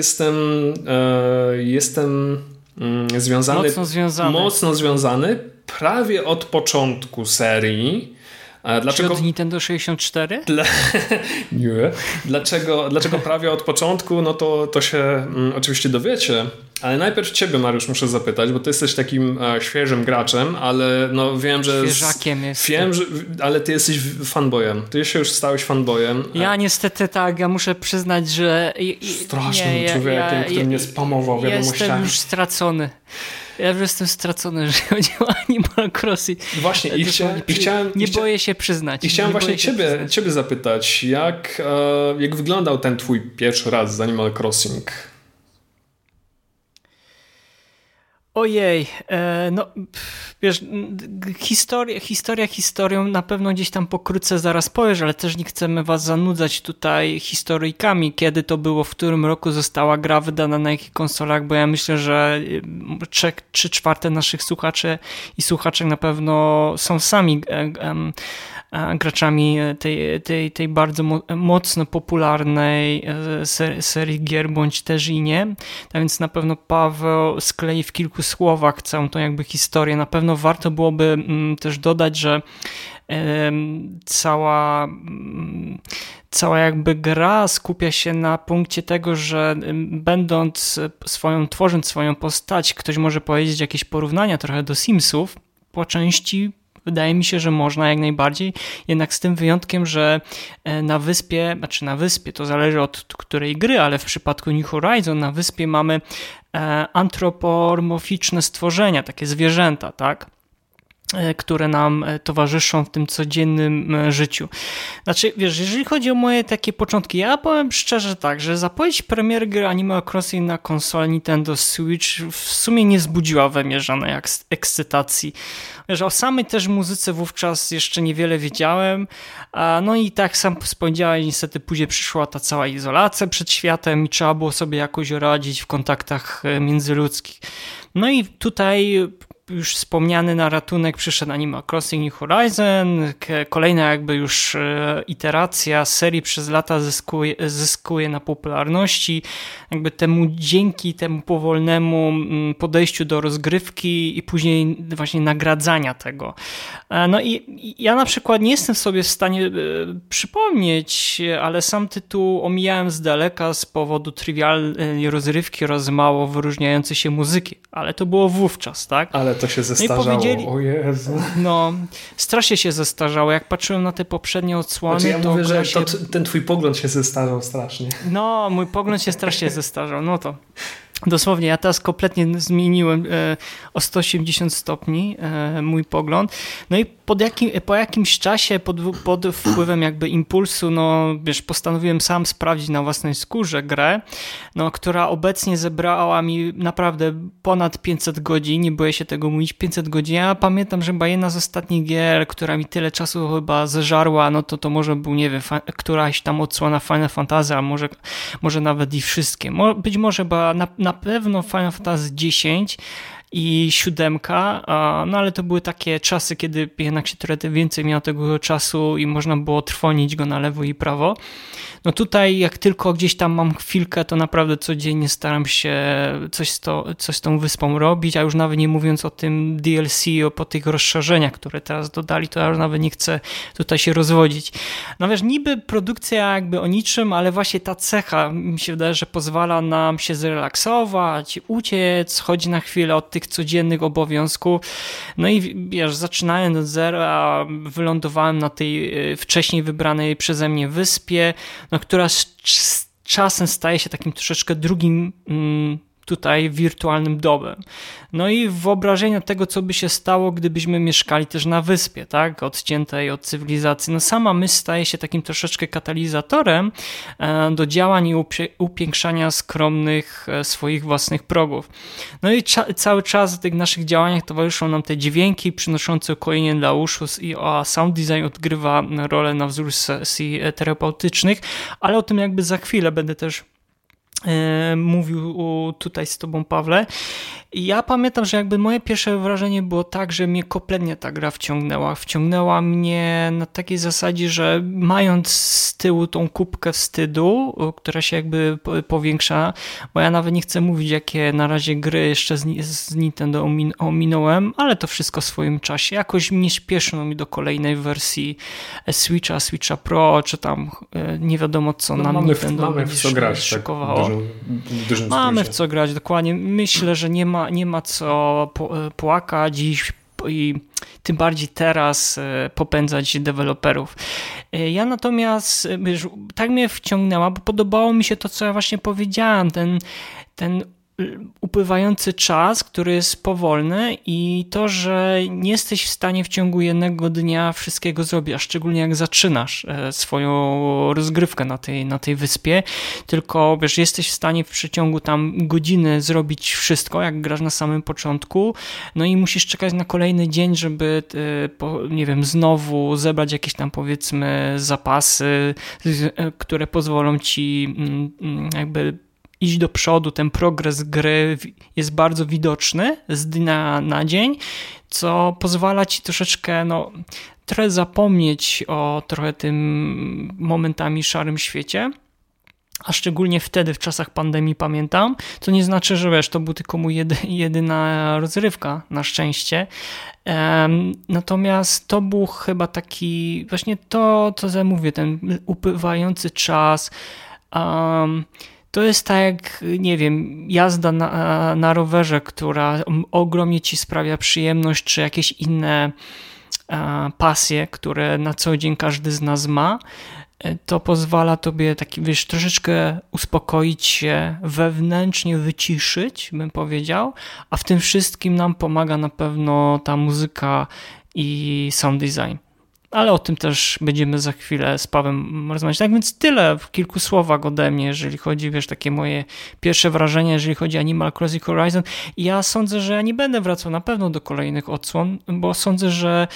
jestem związany. Mocno związany. Prawie od początku serii. Dlaczego? Czy od Nintendo 64? Nie. Dlaczego prawie od początku? No to się oczywiście dowiecie. Ale najpierw ciebie, Mariusz, muszę zapytać, bo ty jesteś takim świeżym graczem, ale no wiem, że... Świeżakiem jest. Wiem, ale ty jesteś fanboyem. Ty się już stałeś fanboyem. Ja niestety tak, ja muszę przyznać, że... Strasznym człowiekiem, który mnie spamował wiadomościami. Jestem już stracony. Ja już jestem stracony, jeżeli chodzi o Animal Crossing. Właśnie, nie boję się przyznać. I chciałem właśnie ciebie zapytać, jak wyglądał ten twój pierwszy raz z Animal Crossing? Ojej, no wiesz, historią na pewno gdzieś tam pokrótce zaraz powiesz, ale też nie chcemy was zanudzać tutaj historyjkami, kiedy to było, w którym roku została gra wydana na jakich konsolach, bo ja myślę, że 3/4 naszych słuchaczy i słuchaczek na pewno są sami graczami tej bardzo mocno popularnej serii gier, bądź też i nie. Tak więc na pewno Paweł sklei w kilku słowach całą tą jakby historię. Na pewno warto byłoby też dodać, że cała jakby gra skupia się na punkcie tego, że tworząc swoją postać, ktoś może powiedzieć jakieś porównania trochę do Simsów, po części wydaje mi się, że można jak najbardziej, jednak z tym wyjątkiem, że na wyspie, to zależy od której gry, ale w przypadku New Horizon na wyspie mamy antropomorficzne stworzenia, takie zwierzęta, tak? Które nam towarzyszą w tym codziennym życiu. Znaczy, wiesz, jeżeli chodzi o moje takie początki, ja powiem szczerze tak, że zapowiedź premiery gry Animal Crossing na konsolę Nintendo Switch w sumie nie wzbudziła we mnie żadnej ekscytacji. Wiesz, o samej też muzyce wówczas jeszcze niewiele wiedziałem, no i tak sam wspomniałeś, niestety później przyszła ta cała izolacja przed światem i trzeba było sobie jakoś radzić w kontaktach międzyludzkich. No i tutaj już wspomniany na ratunek przyszedł Animal Crossing New Horizon, kolejna jakby już iteracja serii przez lata zyskuje na popularności, jakby dzięki temu powolnemu podejściu do rozgrywki i później właśnie nagradzania tego. No i ja na przykład nie jestem sobie w stanie przypomnieć, ale sam tytuł omijałem z daleka z powodu trywialnej rozrywki oraz mało wyróżniającej się muzyki, ale to było wówczas, tak? Ale to się zestarzało, o Jezu. No, strasznie się zestarzało. Jak patrzyłem na te poprzednie odsłony, znaczy ja mówię, że ten twój pogląd się zestarzał strasznie. No, mój pogląd się strasznie zestarzał, no to dosłownie, ja teraz kompletnie zmieniłem o 180 stopni mój pogląd. No i po jakimś czasie, pod wpływem jakby impulsu, no wiesz, postanowiłem sam sprawdzić na własnej skórze grę, no, która obecnie zebrała mi naprawdę ponad 500 godzin, nie boję się tego mówić, 500 godzin. Ja pamiętam, że chyba jedna z ostatnich gier, która mi tyle czasu chyba zeżarła, no to może był, nie wiem, któraś tam odsłona Final Fantasy, a może nawet i wszystkie. Być może chyba na pewno Final Fantasy X i 7, no ale to były takie czasy, kiedy jednak się trochę więcej miało tego czasu i można było trwonić go na lewo i prawo. No tutaj jak tylko gdzieś tam mam chwilkę, to naprawdę codziennie staram się coś z tą wyspą robić, a już nawet nie mówiąc o tym DLC, po tych rozszerzeniach, które teraz dodali, to ja już nawet nie chcę tutaj się rozwodzić. No wiesz, niby produkcja jakby o niczym, ale właśnie ta cecha mi się wydaje, że pozwala nam się zrelaksować, uciec, chodzić na chwilę od tych codziennych obowiązków. No i wiesz, zaczynając od zera, wylądowałem na tej wcześniej wybranej przeze mnie wyspie, no, która z czasem staje się takim troszeczkę drugim tutaj wirtualnym domem. No i wyobrażenia tego, co by się stało, gdybyśmy mieszkali też na wyspie, tak, odciętej od cywilizacji. No sama myśl staje się takim troszeczkę katalizatorem do działań i upiększania skromnych swoich własnych progów. No i cały czas w tych naszych działaniach towarzyszą nam te dźwięki przynoszące ukojenie dla uszu, a sound design odgrywa rolę na wzór sesji terapeutycznych, ale o tym jakby za chwilę będę też mówił tutaj z tobą, Pawle. I ja pamiętam, że jakby moje pierwsze wrażenie było tak, że mnie kompletnie ta gra wciągnęła. Wciągnęła mnie na takiej zasadzie, że mając z tyłu tą kubkę wstydu, która się jakby powiększa, bo ja nawet nie chcę mówić, jakie na razie gry jeszcze z Nintendo ominąłem, ale to wszystko w swoim czasie. Jakoś nie śpieszyło mi do kolejnej wersji Switcha Pro, czy tam nie wiadomo co nam Nintendo mamy w co grać, szykowało. Dużym mamy w co grać, dokładnie. Myślę, że nie ma co płakać i tym bardziej teraz popędzać deweloperów. Ja natomiast, tak mnie wciągnęła, bo podobało mi się to, co ja właśnie powiedziałem, ten upływający czas, który jest powolny i to, że nie jesteś w stanie w ciągu jednego dnia wszystkiego zrobić, a szczególnie jak zaczynasz swoją rozgrywkę na tej wyspie, tylko wiesz, jesteś w stanie w przeciągu tam godziny zrobić wszystko, jak grasz na samym początku, no i musisz czekać na kolejny dzień, żeby nie wiem, znowu zebrać jakieś tam powiedzmy zapasy, które pozwolą ci jakby iść do przodu, ten progres gry jest bardzo widoczny z dnia na dzień, co pozwala ci troszeczkę trochę zapomnieć o trochę tym momentami szarym świecie, a szczególnie wtedy w czasach pandemii pamiętam, to nie znaczy, że wiesz, to był tylko mój jedyna rozrywka, na szczęście. Natomiast to był chyba taki właśnie to, co ja mówię, ten upływający czas, to jest tak jak, nie wiem, jazda na rowerze, która ogromnie ci sprawia przyjemność, czy jakieś inne pasje, które na co dzień każdy z nas ma. To pozwala tobie taki, wiesz, troszeczkę uspokoić się, wewnętrznie wyciszyć, bym powiedział, a w tym wszystkim nam pomaga na pewno ta muzyka i sound design. Ale o tym też będziemy za chwilę z Pawłem rozmawiać. Tak więc tyle w kilku słowach ode mnie, jeżeli chodzi, wiesz, takie moje pierwsze wrażenia, jeżeli chodzi o Animal Crossing Horizon. I ja sądzę, że ja nie będę wracał na pewno do kolejnych odsłon, bo sądzę, że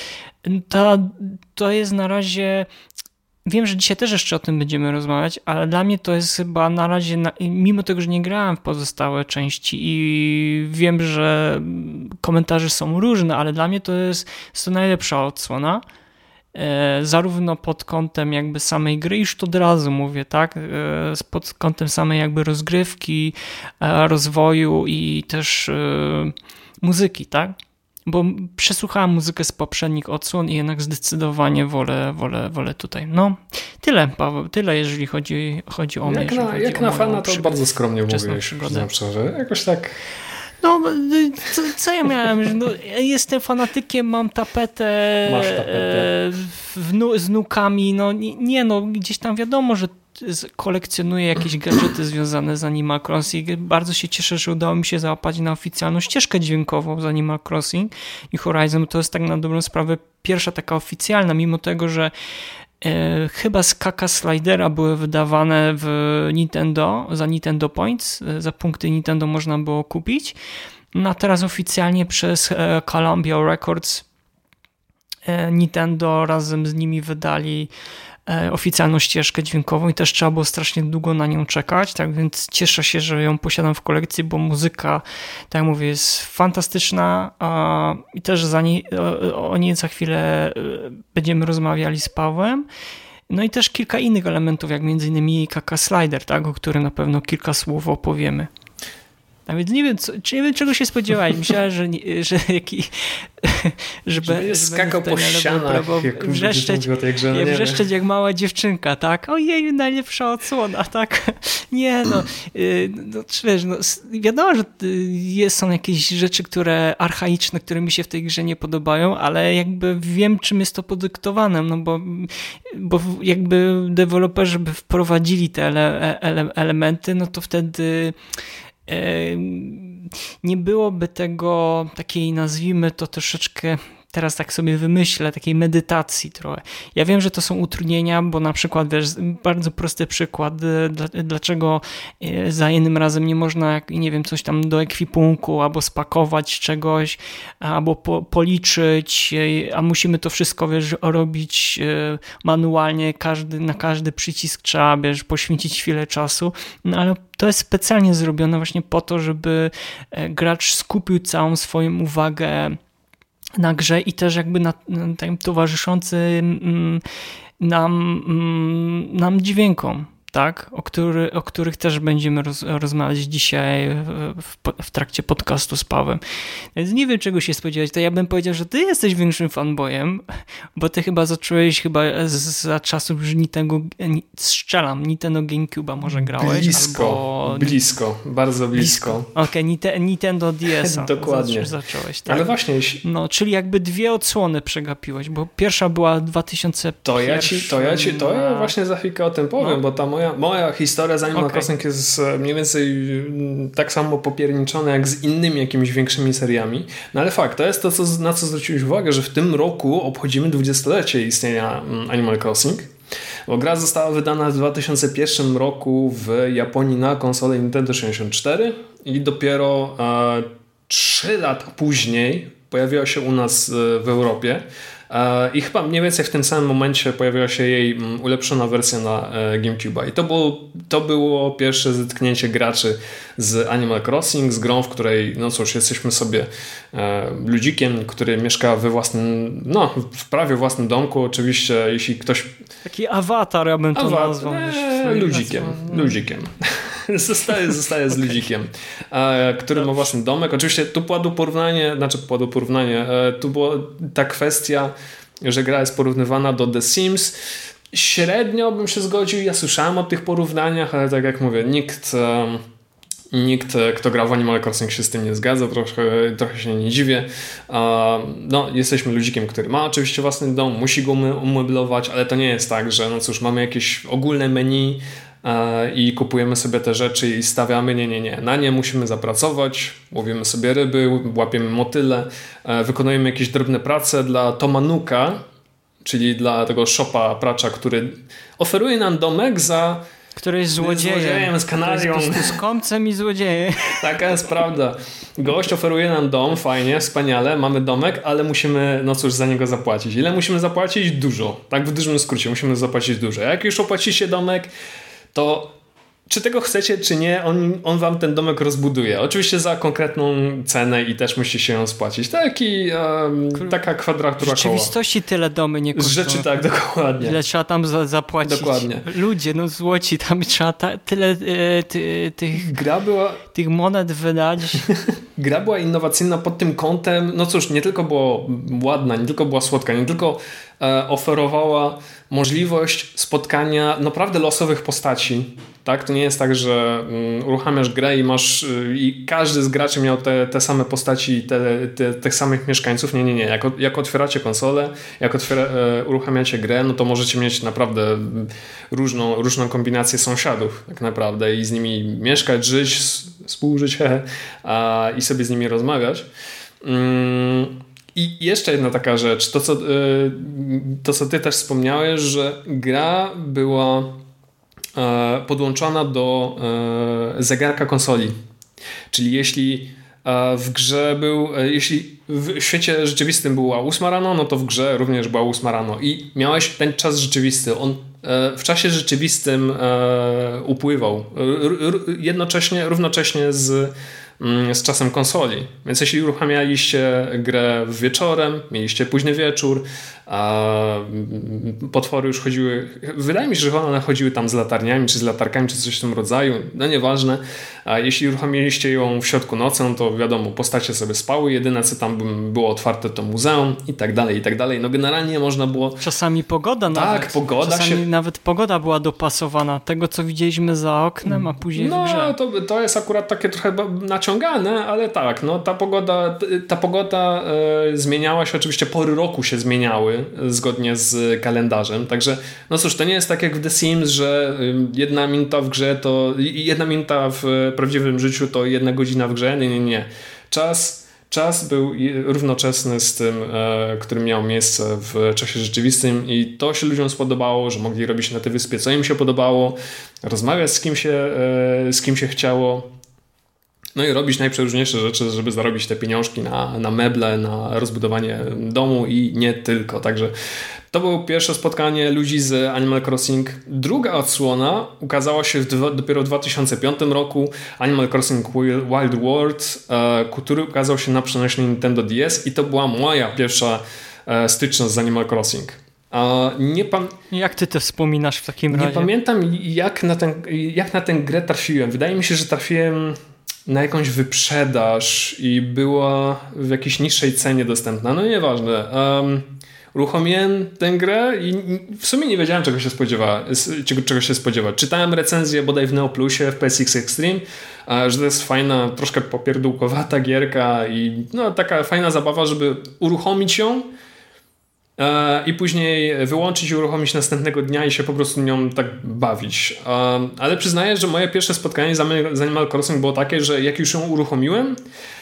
to jest na razie... Wiem, że dzisiaj też jeszcze o tym będziemy rozmawiać, ale dla mnie to jest chyba na razie, mimo tego, że nie grałem w pozostałe części i wiem, że komentarze są różne, ale dla mnie to jest to najlepsza odsłona. Zarówno pod kątem jakby samej gry, już to od razu mówię, tak, pod kątem samej jakby rozgrywki, rozwoju i też muzyki, tak, bo przesłuchałem muzykę z poprzednich odsłon i jednak zdecydowanie wolę tutaj. No, tyle, Paweł, tyle jeżeli chodzi o mnie. Jak na fana to bardzo skromnie mówisz, przyznam szczerze, jakoś tak... No, co ja miałem? No, jestem fanatykiem, mam tapetę, Masz tapetę. Z nukami, gdzieś tam wiadomo, że kolekcjonuję jakieś gadżety związane z Animal Crossing. Bardzo się cieszę, że udało mi się załapać na oficjalną ścieżkę dźwiękową z Animal Crossing i Horizon. To jest tak na dobrą sprawę pierwsza taka oficjalna, mimo tego, że chyba z Kaka Slidera były wydawane w Nintendo, za Nintendo Points, za punkty Nintendo można było kupić. No a teraz oficjalnie przez Columbia Records Nintendo razem z nimi wydali oficjalną ścieżkę dźwiękową i też trzeba było strasznie długo na nią czekać, tak więc cieszę się, że ją posiadam w kolekcji, bo muzyka, tak jak mówię, jest fantastyczna i też o niej za chwilę będziemy rozmawiali z Pawłem. No i też kilka innych elementów, jak między innymi Kaka Slider, tak, o którym na pewno kilka słów opowiemy. A więc nie wiem, czego się spodziewałeś. Myślałem, że skakał po ścianach, wrzeszczeć jak mała dziewczynka, tak? Ojej, najlepsza odsłona, tak? Nie, wiesz, wiadomo, że są jakieś rzeczy, archaiczne, które mi się w tej grze nie podobają, ale jakby wiem, czym jest to podyktowane, no bo jakby deweloperzy by wprowadzili te elementy, no to wtedy nie byłoby tego takiej, nazwijmy to troszeczkę teraz tak sobie wymyślę, takiej medytacji trochę. Ja wiem, że to są utrudnienia, bo na przykład, wiesz, bardzo prosty przykład, dlaczego za jednym razem nie można, nie wiem, coś tam do ekwipunku, albo spakować czegoś, albo policzyć, a musimy to wszystko, wiesz, robić manualnie, na każdy przycisk trzeba, wiesz, poświęcić chwilę czasu, no ale to jest specjalnie zrobione właśnie po to, żeby gracz skupił całą swoją uwagę na grze i też jakby na tym towarzyszący nam dźwiękom, tak? O których też będziemy rozmawiać dzisiaj w trakcie podcastu z Pawłem. Więc nie wiem, czego się spodziewać. To ja bym powiedział, że ty jesteś większym fanboyem, bo ty chyba zacząłeś za czasów już Nintendo GameCube'a może grałeś. Blisko, bardzo blisko. Okej, Nintendo DS-a. Dokładnie. Zacząłeś, tak? Ale właśnie... No, czyli jakby dwie odsłony przegapiłeś, bo pierwsza była 2001. To ja właśnie za chwilkę o tym powiem, bo ta moja historia z Animal Crossing jest mniej więcej tak samo popierniczona jak z innymi jakimiś większymi seriami. No ale fakt, to jest to, na co zwróciłeś uwagę, że w tym roku obchodzimy 20-lecie istnienia Animal Crossing. Bo gra została wydana w 2001 roku w Japonii na konsolę Nintendo 64 i dopiero 3 lata później pojawiła się u nas w Europie. I chyba mniej więcej w tym samym momencie pojawiła się jej ulepszona wersja na GameCube'a. I to było pierwsze zetknięcie graczy z Animal Crossing, z grą, w której, no cóż, jesteśmy sobie ludzikiem, który mieszka w prawie własnym domku. Oczywiście, jeśli ktoś... Taki awatar, ja bym to nazwał. Ludzikiem. Zostaje z ludzikiem, który ma własny domek. Oczywiście tu padło porównanie, tu była ta kwestia, że gra jest porównywana do The Sims. Średnio bym się zgodził, ja słyszałem o tych porównaniach, ale tak jak mówię, nikt, kto gra w Animal Crossing, się z tym nie zgadza, trochę się nie dziwię. No, jesteśmy ludzikiem, który ma oczywiście własny dom, musi go umeblować, ale to nie jest tak, że no cóż, mamy jakieś ogólne menu i kupujemy sobie te rzeczy i stawiamy. Nie. Na nie musimy zapracować, łowimy sobie ryby, łapiemy motyle, wykonujemy jakieś drobne prace dla Toma Nooka, czyli dla tego shopa pracza, który oferuje nam domek za... Który jest złodziejem z Kanarią. Z komcem i złodziejem. Taka jest prawda. Gość oferuje nam dom, fajnie, wspaniale, mamy domek, ale musimy, no cóż, za niego zapłacić. Ile musimy zapłacić? Dużo. Tak w dużym skrócie, musimy zapłacić dużo. Jak już opłacicie domek, to czy tego chcecie, czy nie, on wam ten domek rozbuduje. Oczywiście za konkretną cenę i też musi się ją spłacić. Taka kwadratura koła. W rzeczywistości tyle domy nie kosztują. Z rzeczy tak, dokładnie. Ile trzeba tam zapłacić. Dokładnie. Ludzie, no złoci, tam trzeba tyle tych monet wydać. Gra była innowacyjna pod tym kątem, no cóż, nie tylko była ładna, nie tylko była słodka, nie tylko oferowała możliwość spotkania naprawdę losowych postaci. Tak? To nie jest tak, że uruchamiasz grę i każdy z graczy miał te same postaci, tych samych mieszkańców. Nie. Jak otwieracie konsolę, jak uruchamiacie grę, no to możecie mieć naprawdę różną kombinację sąsiadów tak naprawdę i z nimi mieszkać, żyć, współżyć i sobie z nimi rozmawiać. I jeszcze jedna taka rzecz, to co ty też wspomniałeś, że gra była podłączona do zegarka konsoli. Czyli jeśli w świecie rzeczywistym była 8 rano, no to w grze również była 8 rano i miałeś ten czas rzeczywisty. On w czasie rzeczywistym upływał równocześnie z czasem konsoli. Więc jeśli uruchamialiście grę wieczorem, mieliście późny wieczór, potwory już chodziły, wydaje mi się, że one chodziły tam z latarniami, czy z latarkami, czy coś w tym rodzaju, no nieważne. A jeśli uruchomiliście ją w środku nocy, no to wiadomo, postacie sobie spały, jedyne co tam było otwarte to muzeum i tak dalej. No generalnie można było... Czasami pogoda nawet. Czasami nawet pogoda była dopasowana. Tego, co widzieliśmy za oknem, a później w grze. To jest akurat takie trochę naciągane, ale tak, no ta pogoda zmieniała się, oczywiście pory roku się zmieniały zgodnie z kalendarzem, także no cóż, to nie jest tak jak w The Sims, że 1 minuta w grze to 1 minuta w prawdziwym życiu to 1 godzina w grze, nie. Czas czas był równoczesny z tym, który miał miejsce w czasie rzeczywistym i to się ludziom spodobało, że mogli robić na tej wyspie, co im się podobało, rozmawiać z kim się chciało. No i robić najprzeróżniejsze rzeczy, żeby zarobić te pieniążki na meble, na rozbudowanie domu i nie tylko. Także to było pierwsze spotkanie ludzi z Animal Crossing. Druga odsłona ukazała się dopiero w 2005 roku. Animal Crossing Wild World, który ukazał się na przenośni Nintendo DS i to była moja pierwsza styczność z Animal Crossing. Jak ty to wspominasz w takim razie? Nie pamiętam jak na tę grę trafiłem. Wydaje mi się, że trafiłem na jakąś wyprzedaż i była w jakiejś niższej cenie dostępna. No nieważne. Uruchomiłem tę grę i w sumie nie wiedziałem, czego się spodziewać. Czytałem recenzję bodaj w Neoplusie, w PSX Extreme, że to jest fajna, troszkę popierdółkowata gierka i no, taka fajna zabawa, żeby uruchomić ją i później wyłączyć i uruchomić następnego dnia i się po prostu nią tak bawić. Ale przyznaję, że moje pierwsze spotkanie z Animal Crossing było takie, że jak już ją uruchomiłem,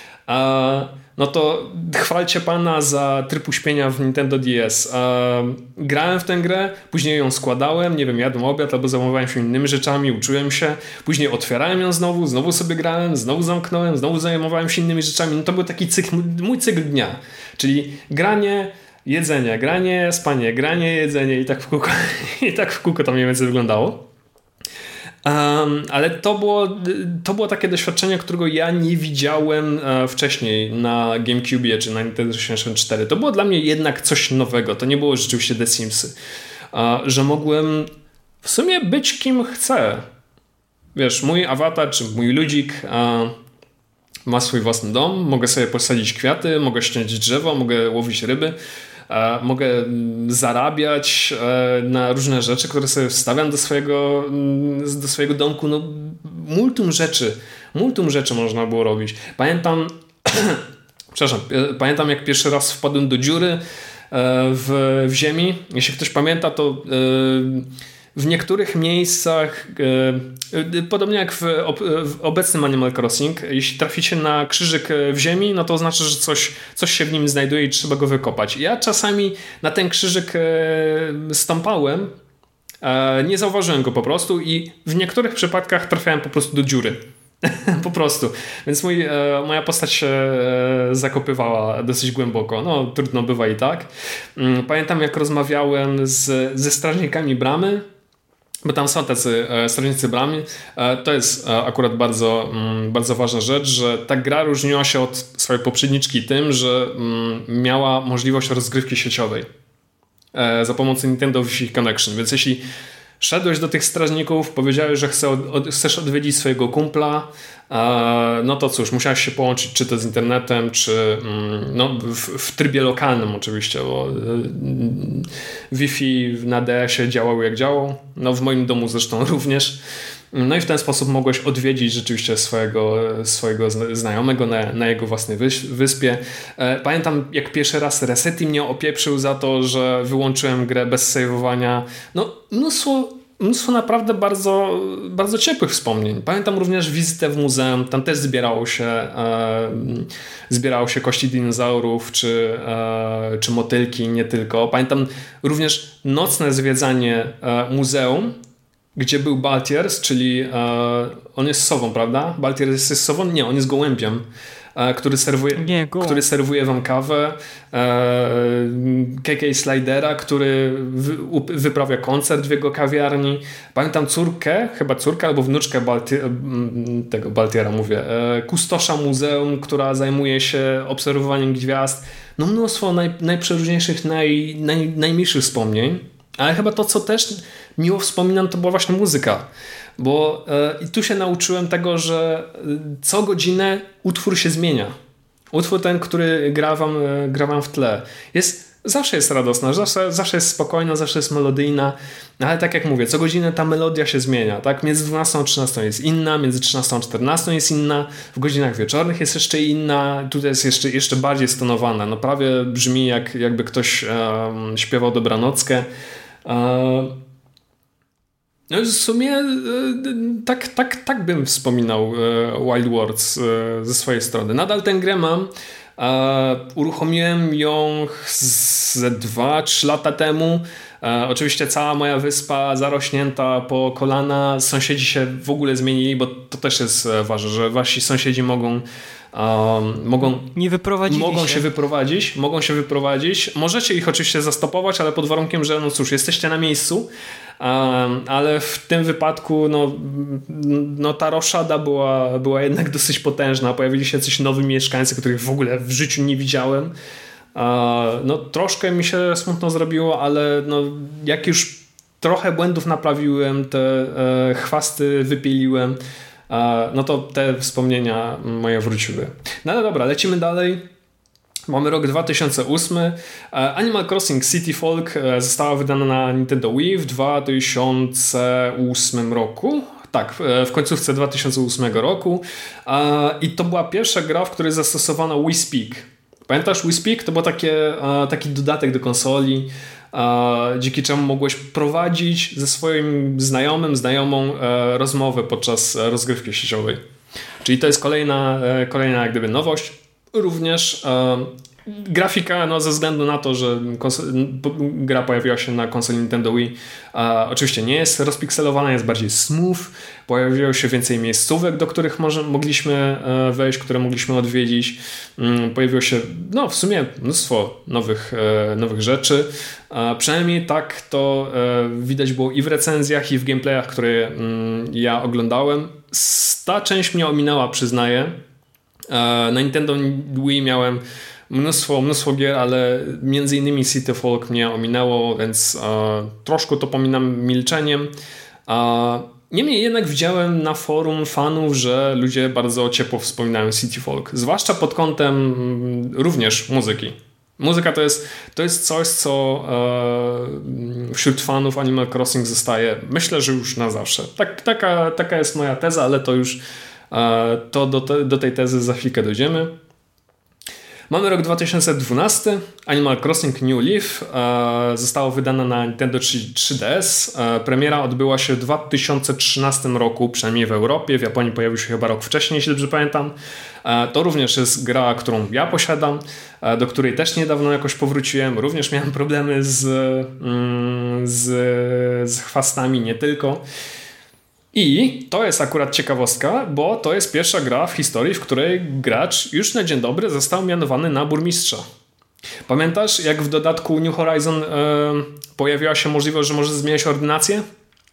no to chwalcie pana za tryb uśpienia w Nintendo DS. Grałem w tę grę, później ją składałem, nie wiem, jadłem obiad albo zajmowałem się innymi rzeczami, uczyłem się, później otwierałem ją znowu sobie grałem, znowu zamknąłem, znowu zajmowałem się innymi rzeczami. No to był taki mój cykl dnia, czyli granie, jedzenie, granie, spanie, granie, jedzenie i tak w kółko to mniej więcej wyglądało. Ale to było takie doświadczenie, którego ja nie widziałem wcześniej na GameCube czy na Nintendo 64. To było dla mnie jednak coś nowego. To nie było rzeczywiście The Simsy. Że mogłem w sumie być kim chcę. Wiesz, mój awatar czy mój ludzik ma swój własny dom, mogę sobie posadzić kwiaty, mogę ściąć drzewo, mogę łowić ryby, mogę zarabiać na różne rzeczy, które sobie wstawiam do swojego domku. No, multum rzeczy można było robić. Pamiętam jak pierwszy raz wpadłem do dziury w ziemi. Jeśli ktoś pamięta, to w niektórych miejscach, podobnie jak w obecnym Animal Crossing, jeśli traficie na krzyżyk w ziemi, no to oznacza, że coś się w nim znajduje i trzeba go wykopać. Ja czasami na ten krzyżyk stąpałem, nie zauważyłem go po prostu i w niektórych przypadkach trafiałem po prostu do dziury. Po prostu. Więc moja postać się zakopywała dosyć głęboko. No, trudno bywa i tak. Pamiętam, jak rozmawiałem ze strażnikami bramy, bo tam są tacy strażnicy bramy. To jest akurat bardzo, bardzo ważna rzecz, że ta gra różniła się od swojej poprzedniczki tym, że miała możliwość rozgrywki sieciowej za pomocą Nintendo Wi-Fi Connection. Więc jeśli szedłeś do tych strażników, powiedziałeś, że chcesz odwiedzić swojego kumpla, no to cóż, musiałeś się połączyć czy to z internetem, czy no, w trybie lokalnym oczywiście, bo Wi-Fi na DS-ie działał jak działał, no w moim domu zresztą również. No i w ten sposób mogłeś odwiedzić rzeczywiście swojego znajomego na jego własnej wyspie. Pamiętam, jak pierwszy raz Resety mnie opieprzył za to, że wyłączyłem grę bez save'owania. No mnóstwo naprawdę bardzo, bardzo ciepłych wspomnień. Pamiętam również wizytę w muzeum. Tam też zbierało się kości dinozaurów czy motylki, nie tylko. Pamiętam również nocne zwiedzanie muzeum, gdzie był Baltiers, czyli on jest sową, prawda? Baltiers jest sową? Nie, on jest gołębiem, który serwuje wam kawę, KK Slidera, który wyprawia koncert w jego kawiarni. Pamiętam chyba córkę albo wnuczkę tego Baltiera, kustosza muzeum, która zajmuje się obserwowaniem gwiazd. No mnóstwo najprzeróżniejszych, najmilszych wspomnień. Ale chyba to, co też miło wspominam, to była właśnie muzyka. Bo i tu się nauczyłem tego, że co godzinę utwór się zmienia. Utwór ten, który gra wam w tle. Zawsze jest radosna, zawsze jest spokojna, zawsze jest melodyjna. Ale tak jak mówię, co godzinę ta melodia się zmienia. Tak? Między 12 a 13 jest inna, między 13 a 14 jest inna, w godzinach wieczornych jest jeszcze inna, tutaj jest jeszcze bardziej stonowana. No prawie brzmi jakby ktoś śpiewał dobranockę. No w sumie tak bym wspominał Wild Worlds ze swojej strony. Nadal tę grę mam. Uruchomiłem ją ze 2-3 lata temu. Oczywiście cała moja wyspa zarośnięta po kolana. Sąsiedzi się w ogóle zmienili, bo to też jest ważne, że wasi sąsiedzi mogą się wyprowadzić. Możecie ich oczywiście zastopować, ale pod warunkiem, że no cóż, jesteście na miejscu. Ale w tym wypadku no ta roszada była jednak dosyć potężna. Pojawili się jacyś nowi mieszkańcy, których w ogóle w życiu nie widziałem. No troszkę mi się smutno zrobiło, ale no jak już trochę błędów naprawiłem, te chwasty wypieliłem, no to te wspomnienia moje wróciły. No ale dobra, lecimy dalej. Mamy rok 2008. Animal Crossing City Folk została wydana na Nintendo Wii w 2008 roku. Tak, w końcówce 2008 roku. I to była pierwsza gra, w której zastosowano Wii Speak. Pamiętasz Wii Speak? To był taki dodatek do konsoli, dzięki czemu mogłeś prowadzić ze swoim znajomą rozmowę podczas rozgrywki sieciowej. Czyli to jest kolejna jak gdyby nowość. Również grafika, no ze względu na to, że gra pojawiła się na konsoli Nintendo Wii, oczywiście nie jest rozpikselowana, jest bardziej smooth. Pojawiło się więcej miejscówek, do których mogliśmy wejść, które mogliśmy odwiedzić. Pojawiło się w sumie mnóstwo nowych rzeczy. Przynajmniej tak to widać było i w recenzjach, i w gameplayach, które ja oglądałem. Ta część mnie ominęła, przyznaję. Na Nintendo Wii miałem mnóstwo gier, ale między innymi City Folk mnie ominęło, więc troszkę to pominam milczeniem. Niemniej jednak widziałem na forum fanów, że ludzie bardzo ciepło wspominają City Folk, zwłaszcza pod kątem również muzyki. Muzyka to jest coś, co wśród fanów Animal Crossing zostaje, myślę, że już na zawsze. Taka jest moja teza, ale to już do tej tezy za chwilkę dojdziemy. Mamy rok 2012. Animal Crossing New Leaf zostało wydane na Nintendo 3DS. Premiera odbyła się w 2013 roku, przynajmniej w Europie. W Japonii pojawił się chyba rok wcześniej, jeśli dobrze pamiętam. To również jest gra, którą ja posiadam, do której też niedawno jakoś powróciłem. Również miałem problemy z chwastami, nie tylko. I to jest akurat ciekawostka, bo to jest pierwsza gra w historii, w której gracz już na dzień dobry został mianowany na burmistrza. Pamiętasz, jak w dodatku New Horizon pojawiła się możliwość, że możesz zmieniać ordynację?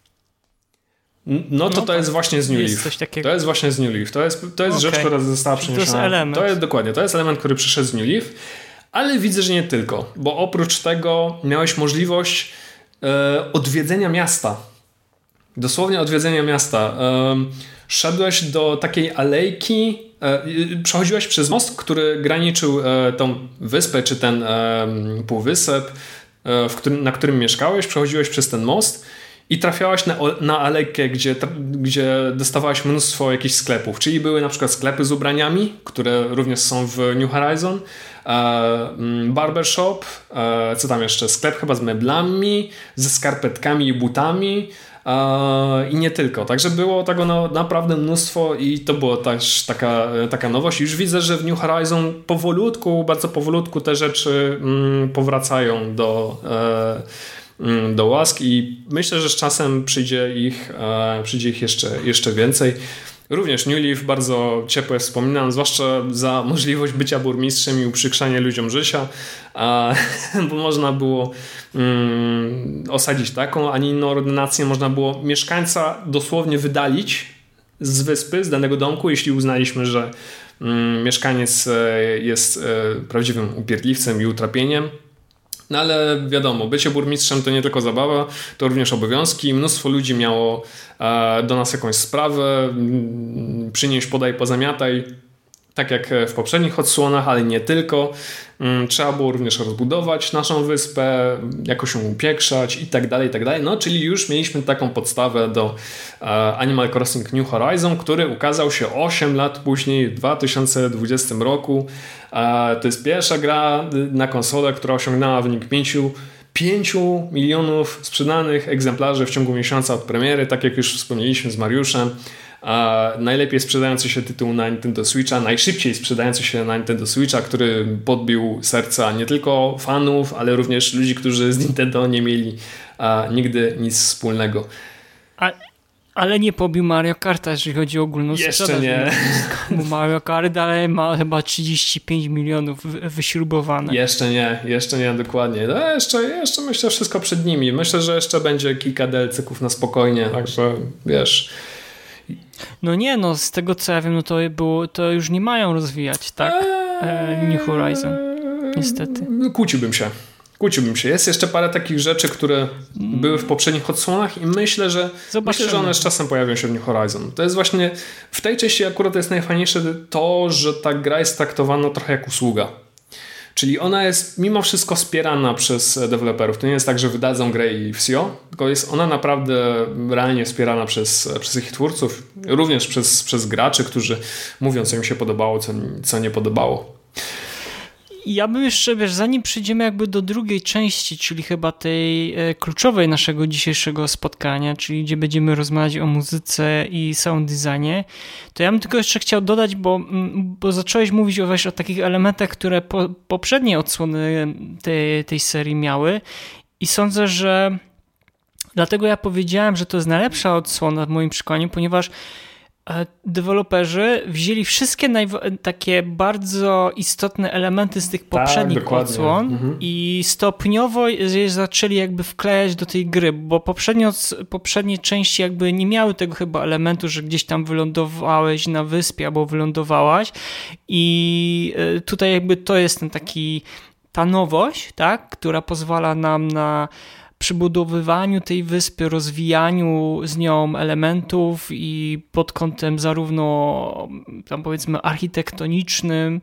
To jest właśnie z New Leaf. To jest właśnie z New Leaf. To jest rzecz, która została przeniesiona. To jest element. To jest element, który przyszedł z New Leaf, ale widzę, że nie tylko, bo oprócz tego miałeś możliwość odwiedzenia miasta. Dosłownie odwiedzenia miasta. Szedłeś do takiej alejki, przechodziłeś przez most, który graniczył tą wyspę, czy ten półwysep, na którym mieszkałeś. Przechodziłeś przez ten most i trafiałeś na alejkę, gdzie dostawałeś mnóstwo jakichś sklepów. Czyli były na przykład sklepy z ubraniami, które również są w New Horizon, barbershop, co tam jeszcze? Sklep chyba z meblami, ze skarpetkami i butami. I nie tylko. Także było tego naprawdę mnóstwo i to była też taka nowość. Już widzę, że w New Horizon bardzo powolutku te rzeczy powracają do łask i myślę, że z czasem przyjdzie ich jeszcze więcej. Również New Leaf bardzo ciepłe wspominam, zwłaszcza za możliwość bycia burmistrzem i uprzykrzania ludziom życia, bo można było osadzić taką, a nie inną ordynację. Można było mieszkańca dosłownie wydalić z wyspy, z danego domku, jeśli uznaliśmy, że mieszkaniec jest prawdziwym upierdliwcem i utrapieniem. No ale wiadomo, bycie burmistrzem to nie tylko zabawa, to również obowiązki. Mnóstwo ludzi miało do nas jakąś sprawę, przynieś, podaj, pozamiataj, tak jak w poprzednich odsłonach, ale nie tylko. Trzeba było również rozbudować naszą wyspę, jakoś ją upiększać i tak dalej, i tak dalej. No, czyli już mieliśmy taką podstawę do Animal Crossing New Horizon, który ukazał się 8 lat później, w 2020 roku. To jest pierwsza gra na konsolę, która osiągnęła wynik 5 milionów sprzedanych egzemplarzy w ciągu miesiąca od premiery, tak jak już wspomnieliśmy z Mariuszem. najlepiej sprzedający się tytuł na Nintendo Switcha, najszybciej sprzedający się na Nintendo Switcha, który podbił serca nie tylko fanów, ale również ludzi, którzy z Nintendo nie mieli nigdy nic wspólnego. Ale nie pobił Mario Karta, jeżeli chodzi o ogólną sprzedaż. Jeszcze nie. Mario Kart, ale ma chyba 35 milionów wyśrubowane. Jeszcze nie, dokładnie. No jeszcze myślę, wszystko przed nimi. Myślę, że jeszcze będzie kilka DLC-ków na spokojnie, także wiesz. No nie, no z tego co ja wiem, no to już nie mają rozwijać, tak? New Horizon, niestety. Kłóciłbym się. Jest jeszcze parę takich rzeczy, które były w poprzednich odsłonach i myślę, że one z czasem pojawią się w New Horizon. To jest właśnie, w tej części akurat jest najfajniejsze to, że ta gra jest traktowana trochę jak usługa. Czyli ona jest mimo wszystko wspierana przez deweloperów. To nie jest tak, że wydadzą grę i wsio, tylko jest ona naprawdę realnie wspierana przez ich twórców, również przez graczy, którzy mówią, co im się podobało, co nie podobało. Ja bym jeszcze, zanim przejdziemy jakby do drugiej części, czyli chyba tej kluczowej naszego dzisiejszego spotkania, czyli gdzie będziemy rozmawiać o muzyce i sound designie, to ja bym tylko jeszcze chciał dodać, bo zacząłeś mówić o takich elementach, które poprzednie odsłony tej serii miały i sądzę, że dlatego ja powiedziałem, że to jest najlepsza odsłona w moim przekonaniu, ponieważ deweloperzy wzięli wszystkie takie bardzo istotne elementy z tych poprzednich odsłon i stopniowo je zaczęli jakby wklejać do tej gry, bo poprzednie części jakby nie miały tego chyba elementu, że gdzieś tam wylądowałeś na wyspie albo wylądowałaś i tutaj jakby to jest ta nowość, tak, która pozwala nam na przybudowywaniu tej wyspy, rozwijaniu z nią elementów i pod kątem zarówno tam powiedzmy architektonicznym,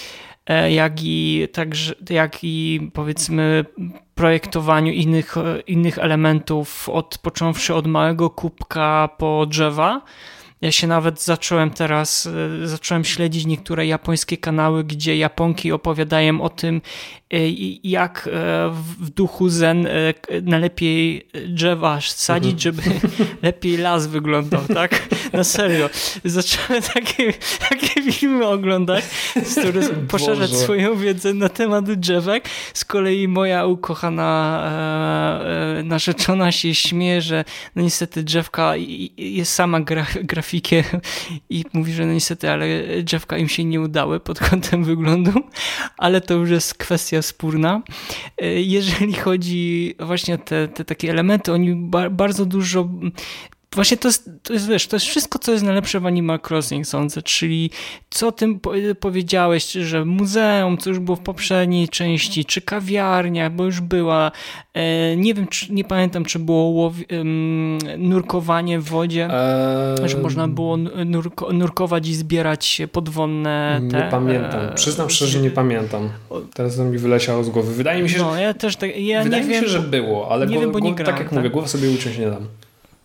jak i powiedzmy projektowaniu innych elementów, począwszy od małego kubka po drzewa. Ja się nawet zacząłem śledzić niektóre japońskie kanały, gdzie Japonki opowiadają o tym, jak w duchu zen najlepiej drzewa sadzić, żeby lepiej las wyglądał, tak? Na serio. Zacząłem takie filmy oglądać, z których poszerzać swoją wiedzę na temat drzewek. Z kolei moja ukochana narzeczona się śmieje, że no niestety drzewka jest sama grafikiem i mówi, że no niestety, ale drzewka im się nie udały pod kątem wyglądu, ale to już jest kwestia spórna. Jeżeli chodzi właśnie o te takie elementy, oni bardzo dużo... Właśnie to jest wszystko, co jest najlepsze w Animal Crossing, sądzę, czyli co tym powiedziałeś, że muzeum, co już było w poprzedniej części, czy kawiarnia, bo już była, nie wiem, nie pamiętam, czy było nurkowanie w wodzie, że można było nurkować i zbierać podwodne Nie pamiętam, przyznam szczerze, że nie pamiętam. Teraz to mi wyleciało z głowy. Wydaje mi się, że ja też tak, wydaje mi się, że było, ale nie wiem, bo nie grałem, tak jak mówię, głowę sobie uciąć nie dam.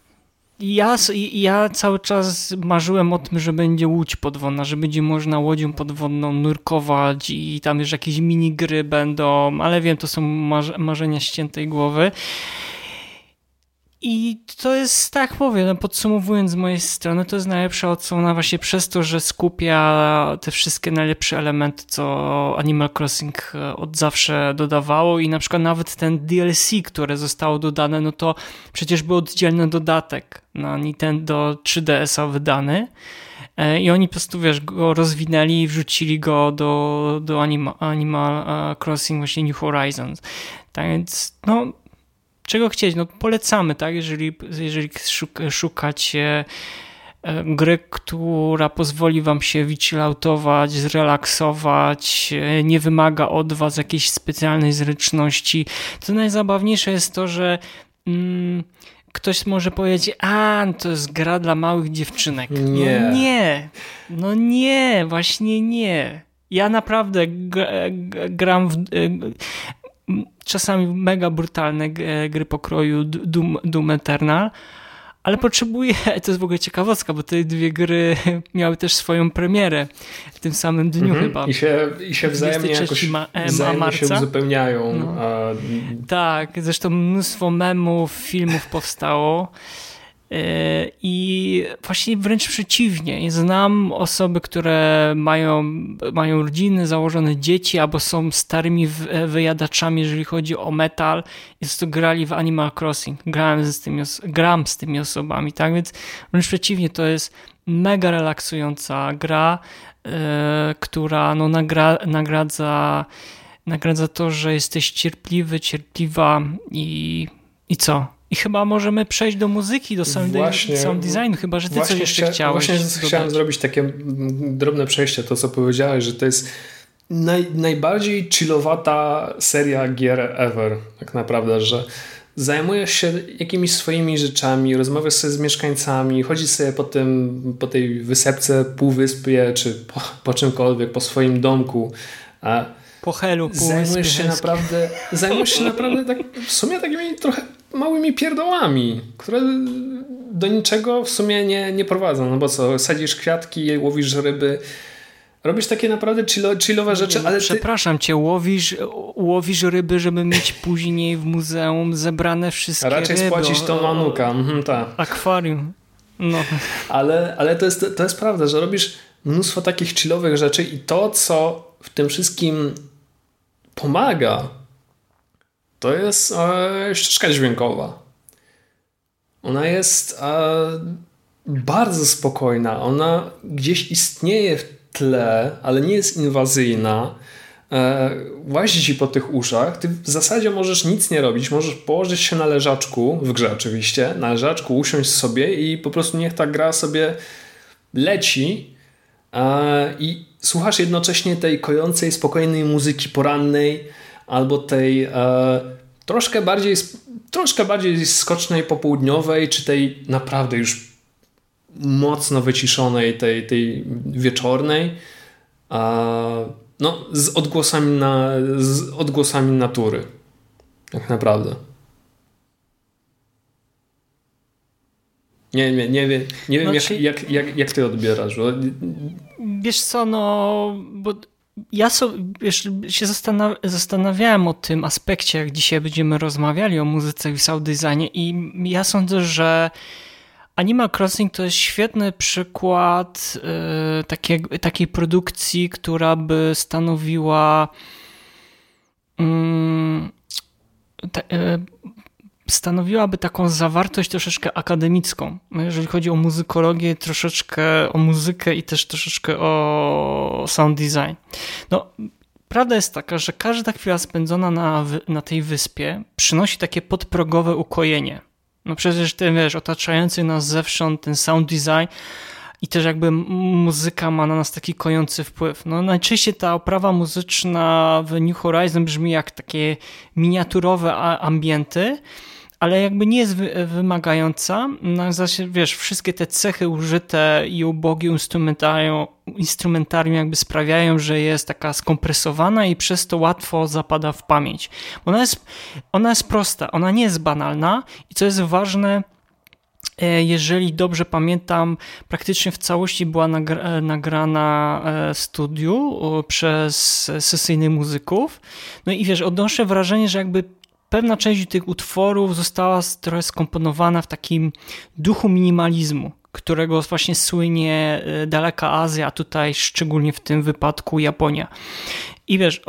Ja cały czas marzyłem o tym, że będzie łódź podwodna, że będzie można łodzią podwodną nurkować i tam już jakieś minigry będą, ale wiem, to są marzenia ściętej głowy. I to jest, tak powiem, no podsumowując z mojej strony, to jest najlepsza odsłona właśnie przez to, że skupia te wszystkie najlepsze elementy, co Animal Crossing od zawsze dodawało i na przykład nawet ten DLC, które zostało dodane, no to przecież był oddzielny dodatek na Nintendo 3DS-a wydany i oni po prostu, wiesz, go rozwinęli i wrzucili go do Animal Crossing właśnie New Horizons. Tak więc, no czego chcieć? No polecamy, tak? Jeżeli szukacie gry, która pozwoli wam się wychilloutować, zrelaksować, nie wymaga od was jakiejś specjalnej zręczności. To najzabawniejsze jest to, że ktoś może powiedzieć, to jest gra dla małych dziewczynek. No nie, właśnie nie. Ja naprawdę gram w czasami mega brutalne gry pokroju Doom Eternal, ale potrzebuję, to jest w ogóle ciekawostka, bo te dwie gry miały też swoją premierę w tym samym dniu chyba. I się wzajemnie jakoś wzajemnie się uzupełniają. No. Tak, zresztą mnóstwo memów, filmów powstało. I właśnie wręcz przeciwnie. Znam osoby, które mają rodziny, założone dzieci, albo są starymi wyjadaczami, jeżeli chodzi o metal. Jest to grali w Animal Crossing. Gram z tymi osobami, tak? Więc wręcz przeciwnie, to jest mega relaksująca gra, która no, nagradza to, że jesteś cierpliwy, cierpliwa i co? I chyba możemy przejść do muzyki, do sound designu, chyba że ty coś jeszcze chciałeś. Właśnie chciałem zrobić takie drobne przejście, to co powiedziałeś, że to jest najbardziej chillowata seria gier ever, tak naprawdę, że zajmujesz się jakimiś swoimi rzeczami, rozmawiasz sobie z mieszkańcami, chodzisz sobie po tej wysepce, półwyspie, czy po czymkolwiek, po swoim domku, a po helu, zajmujesz się naprawdę tak, w sumie takimi trochę małymi pierdołami, które do niczego w sumie nie prowadzą. No bo co, sadzisz kwiatki, łowisz ryby, robisz takie naprawdę chillowe rzeczy, ale przepraszam cię, łowisz ryby, żeby mieć później w muzeum zebrane wszystkie ryby. Raczej spłacisz to manuka. Tak. Akwarium. No. Ale to jest prawda, że robisz mnóstwo takich chillowych rzeczy i to, co w tym wszystkim pomaga, to jest ścieżka dźwiękowa. Ona jest bardzo spokojna. Ona gdzieś istnieje w tle, ale nie jest inwazyjna. Łazi ci po tych uszach. Ty w zasadzie możesz nic nie robić. Możesz położyć się na leżaczku, w grze oczywiście, na leżaczku usiąść sobie i po prostu niech ta gra sobie leci i słuchasz jednocześnie tej kojącej, spokojnej muzyki porannej albo tej troszkę bardziej skocznej popołudniowej, czy tej naprawdę już mocno wyciszonej, tej wieczornej, no z odgłosami natury. Tak naprawdę. Nie wiem znaczy, jak ty odbierasz. Bo... Wiesz co, no bo ja się zastanawiałem o tym aspekcie, jak dzisiaj będziemy rozmawiali o muzyce i sound designie i ja sądzę, że Animal Crossing to jest świetny przykład takiej produkcji, która by stanowiła stanowiłaby taką zawartość troszeczkę akademicką. Jeżeli chodzi o muzykologię, troszeczkę o muzykę i też troszeczkę o sound design. No, prawda jest taka, że każda chwila spędzona na tej wyspie przynosi takie podprogowe ukojenie. No przecież ty wiesz, otaczający nas zewsząd ten sound design i też jakby muzyka ma na nas taki kojący wpływ. No najczęściej ta oprawa muzyczna w New Horizon brzmi jak takie miniaturowe ambienty, ale jakby nie jest wymagająca. No zaś, wiesz, wszystkie te cechy użyte i ubogie instrumentarium jakby sprawiają, że jest taka skompresowana i przez to łatwo zapada w pamięć. Ona jest prosta, ona nie jest banalna i co jest ważne, jeżeli dobrze pamiętam, praktycznie w całości była nagrana w studiu przez sesyjnych muzyków. No i wiesz, odnoszę wrażenie, że jakby pewna część tych utworów została trochę skomponowana w takim duchu minimalizmu, którego właśnie słynie daleka Azja, a tutaj szczególnie w tym wypadku Japonia. I wiesz,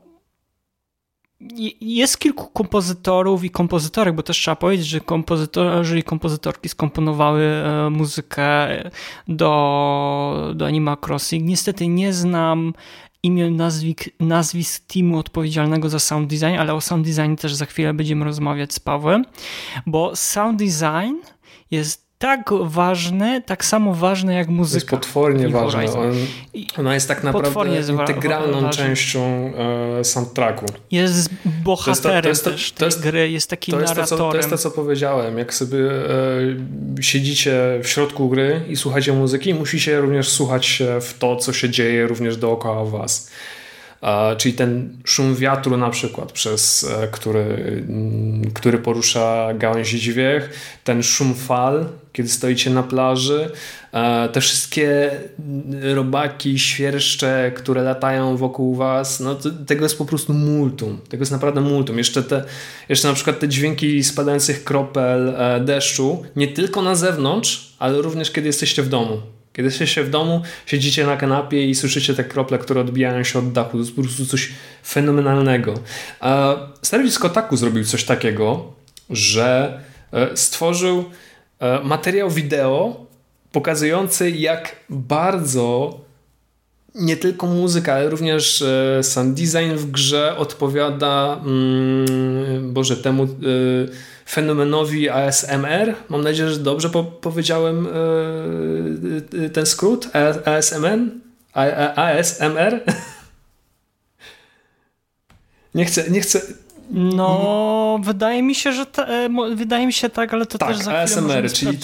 jest kilku kompozytorów i kompozytorek, bo też trzeba powiedzieć, że kompozytorzy i kompozytorki skomponowały muzykę do Animal Crossing. Niestety nie znam imion, nazwisk teamu odpowiedzialnego za sound design, ale o sound design też za chwilę będziemy rozmawiać z Pawłem, bo sound design jest tak ważny, tak samo ważny jak muzyka. Jest potwornie ważna. Ona jest tak naprawdę integralną częścią soundtracku. Jest bohaterem tej gry, jest takim narratorem. To jest to, co powiedziałem. Jak sobie siedzicie w środku gry i słuchacie muzyki, musicie również słuchać się w to, co się dzieje również dookoła was. czyli ten szum wiatru na przykład, który porusza gałęzi dźwięk, ten szum fal, kiedy stoicie na plaży, te wszystkie robaki, świerszcze, które latają wokół was, no tego jest po prostu multum. Tego jest naprawdę multum. Jeszcze na przykład te dźwięki spadających kropel deszczu, nie tylko na zewnątrz, ale również kiedy jesteście w domu. Kiedy jesteście w domu, siedzicie na kanapie i słyszycie te krople, które odbijają się od dachu. To jest po prostu coś fenomenalnego. Serwis Kotaku zrobił coś takiego, że stworzył materiał wideo pokazujący, jak bardzo nie tylko muzyka, ale również sound design w grze odpowiada temu fenomenowi ASMR. Mam nadzieję, że dobrze powiedziałem ten skrót. ASMR? Nie chcę. No, wydaje mi się, że tak, ale to tak, też za chwilę ASMR, czyli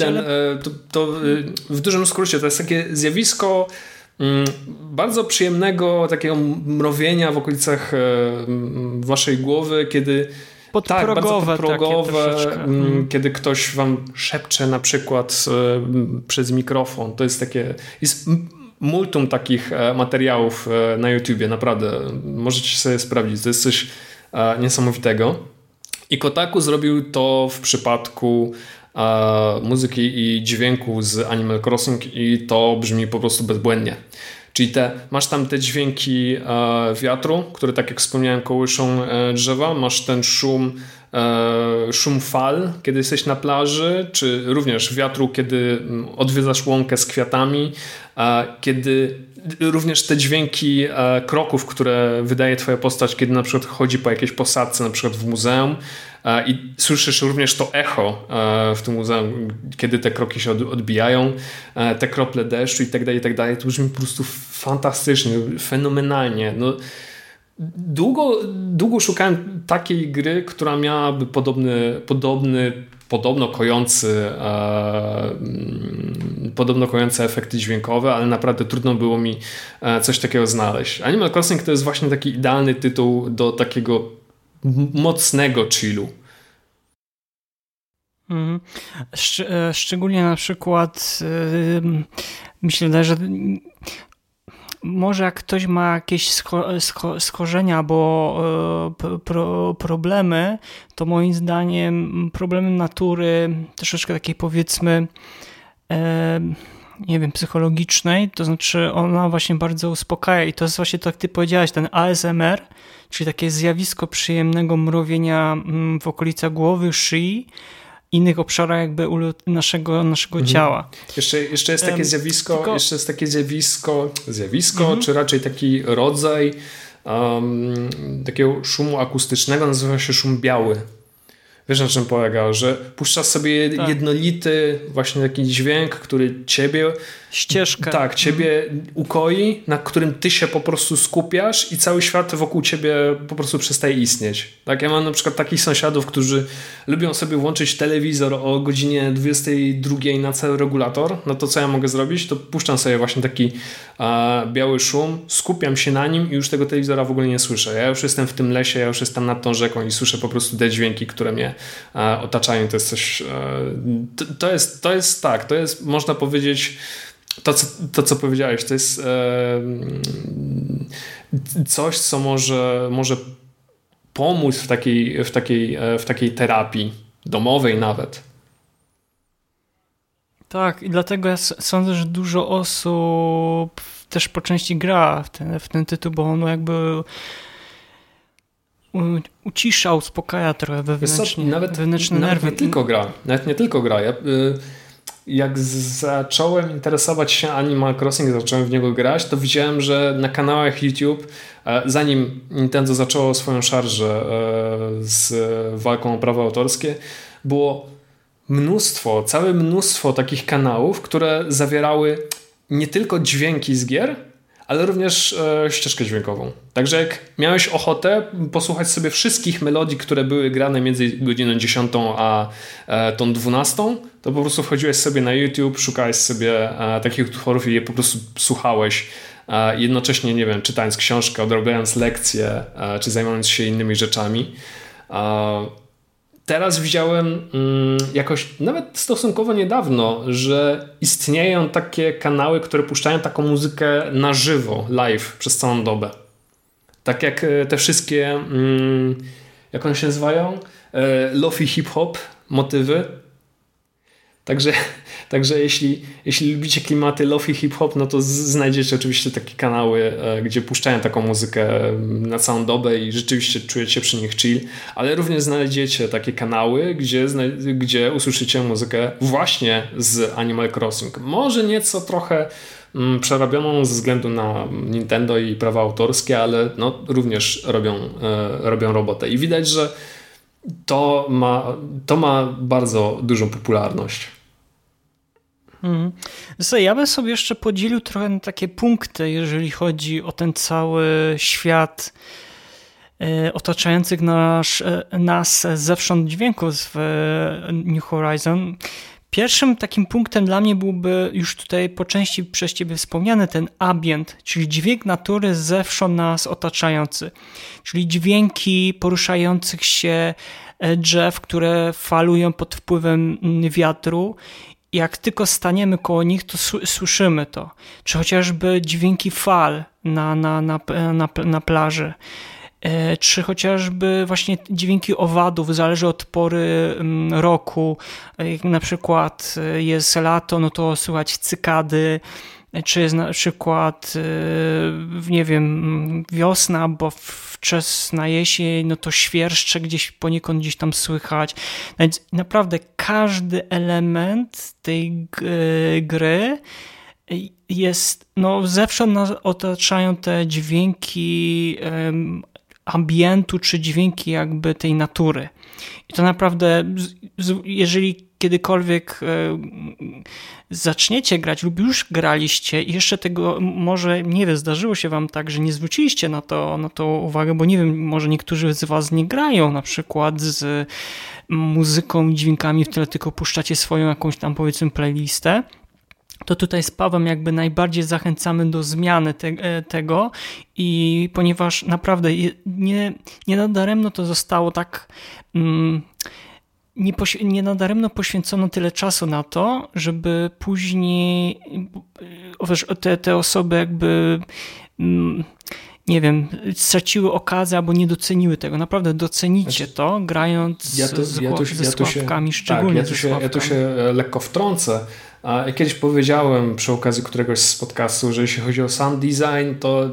w dużym skrócie to jest takie zjawisko bardzo przyjemnego takiego mrowienia w okolicach waszej głowy, kiedy podprogowe, kiedy ktoś wam szepcze na przykład przez mikrofon. To jest multum takich materiałów na YouTubie, naprawdę. Możecie sobie sprawdzić, to jest coś niesamowitego. I Kotaku zrobił to w przypadku muzyki i dźwięku z Animal Crossing i to brzmi po prostu bezbłędnie. Czyli masz tam te dźwięki wiatru, które, tak jak wspomniałem, kołyszą drzewa. Masz ten szum fal, kiedy jesteś na plaży, czy również wiatru, kiedy odwiedzasz łąkę z kwiatami, kiedy również te dźwięki kroków, które wydaje twoja postać, kiedy na przykład chodzi po jakiejś posadzce, na przykład w muzeum, i słyszysz również to echo w tym muzeum, kiedy te kroki się odbijają, te krople deszczu i tak dalej. To brzmi po prostu fantastycznie, fenomenalnie. No, długo szukałem takiej gry, która miałaby podobno kojące efekty dźwiękowe, ale naprawdę trudno było mi coś takiego znaleźć. Animal Crossing to jest właśnie taki idealny tytuł do takiego mocnego chillu. Szczególnie na przykład myślę, że może jak ktoś ma jakieś schorzenia albo problemy, to moim zdaniem problemy natury, troszeczkę takiej powiedzmy nie wiem, psychologicznej, to znaczy ona właśnie bardzo uspokaja i to jest właśnie tak, jak ty powiedziałeś, ten ASMR, czyli takie zjawisko przyjemnego mrowienia w okolicach głowy, szyi, innych obszarach jakby naszego ciała. Jeszcze jest takie zjawisko, czy raczej taki rodzaj takiego szumu akustycznego, nazywa się szum biały. Wiesz, na czym polega? Że puszczasz sobie jednolity właśnie taki dźwięk, który ciebie... Ścieżkę. Tak, ciebie ukoi, na którym ty się po prostu skupiasz i cały świat wokół ciebie po prostu przestaje istnieć. Tak, ja mam na przykład takich sąsiadów, którzy lubią sobie włączyć telewizor o godzinie 22 na cały regulator. No to co ja mogę zrobić? To puszczam sobie właśnie taki biały szum, skupiam się na nim i już tego telewizora w ogóle nie słyszę. Ja już jestem w tym lesie, ja już jestem nad tą rzeką i słyszę po prostu te dźwięki, które mnie otaczają. To jest coś... To jest, można powiedzieć... To, co powiedziałeś, to jest coś, co może pomóc w takiej terapii domowej nawet. Tak, i dlatego ja sądzę, że dużo osób też po części gra w ten tytuł, bo on jakby ucisza, uspokaja trochę wewnętrzne nerwy. Nawet nie tylko gra. Jak zacząłem interesować się Animal Crossing, zacząłem w niego grać, to widziałem, że na kanałach YouTube, zanim Nintendo zaczęło swoją szarżę z walką o prawa autorskie, było całe mnóstwo takich kanałów, które zawierały nie tylko dźwięki z gier, ale również ścieżkę dźwiękową. Także jak miałeś ochotę posłuchać sobie wszystkich melodii, które były grane między godziną 10 a tą 12, to po prostu wchodziłeś sobie na YouTube, szukałeś sobie takich utworów i je po prostu słuchałeś jednocześnie, nie wiem, czytając książkę, odrabiając lekcje, czy zajmując się innymi rzeczami. Teraz widziałem jakoś nawet stosunkowo niedawno, że istnieją takie kanały, które puszczają taką muzykę na żywo, live przez całą dobę. Tak jak te wszystkie, jak one się nazywają? Lofi hip-hop motywy. Także jeśli lubicie klimaty lofi hip-hop, no to znajdziecie oczywiście takie kanały, gdzie puszczają taką muzykę na całą dobę i rzeczywiście czujecie przy nich chill, ale również znajdziecie takie kanały, gdzie usłyszycie muzykę właśnie z Animal Crossing. Może nieco trochę przerobioną ze względu na Nintendo i prawa autorskie, ale no, również robią robotę. I widać, że to ma bardzo dużą popularność. Ja bym sobie jeszcze podzielił trochę na takie punkty, jeżeli chodzi o ten cały świat otaczających nas zewsząd dźwięków w New Horizon. Pierwszym takim punktem dla mnie byłby już tutaj po części przez ciebie wspomniany ten ambient, czyli dźwięk natury zewsząd nas otaczający, czyli dźwięki poruszających się drzew, które falują pod wpływem wiatru. Jak tylko staniemy koło nich, to słyszymy to. Czy chociażby dźwięki fal na plaży. Czy chociażby właśnie dźwięki owadów, zależy od pory roku. Jak na przykład jest lato, no to słychać cykady, czy jest na przykład, nie wiem, wiosna, bo wczesna jesień, no to świerszcze poniekąd gdzieś tam słychać. Więc naprawdę każdy element tej gry jest, no zewsząd nas otaczają te dźwięki ambientu, czy dźwięki jakby tej natury. I to naprawdę, jeżeli kiedykolwiek zaczniecie grać lub już graliście i jeszcze tego może, nie wiem, zdarzyło się wam tak, że nie zwróciliście na to uwagę, bo nie wiem, może niektórzy z was nie grają na przykład z muzyką i dźwiękami w tle, tylko puszczacie swoją jakąś tam, powiedzmy, playlistę, to tutaj z Pawłem jakby najbardziej zachęcamy do zmiany tego i ponieważ naprawdę nie nadaremno to zostało tak nie nadaremno poświęcono tyle czasu na to, żeby później te osoby jakby nie wiem, straciły okazję albo nie doceniły tego. Naprawdę docenicie to, grając ze słuchawkami, szczególnie ze słuchawkami. Ja tu się lekko wtrącę. Ja kiedyś powiedziałem przy okazji któregoś z podcastów, że jeśli chodzi o sound design, to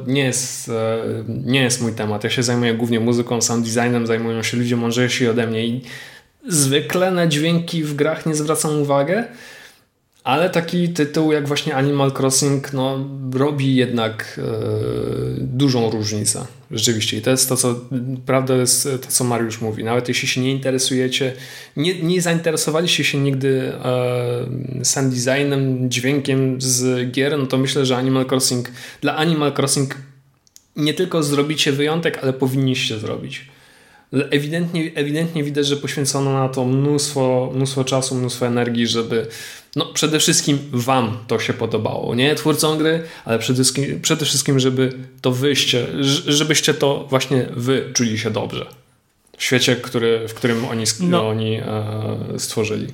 nie jest mój temat. Ja się zajmuję głównie muzyką, sound designem, zajmują się ludzie mądrzejsi ode mnie i zwykle na dźwięki w grach nie zwracam uwagę, ale taki tytuł jak właśnie Animal Crossing robi jednak dużą różnicę. Rzeczywiście. I to jest to, co prawda jest to, co Mariusz mówi. Nawet jeśli się nie interesujecie, nie zainteresowaliście się nigdy sound designem, dźwiękiem z gier, no to myślę, że dla Animal Crossing nie tylko zrobicie wyjątek, ale powinniście zrobić. Ewidentnie widać, że poświęcono na to mnóstwo czasu, mnóstwo energii, żeby przede wszystkim wam to się podobało, nie twórcom gry, ale przede wszystkim żebyście to właśnie wy czuli się dobrze w świecie, w którym oni stworzyli.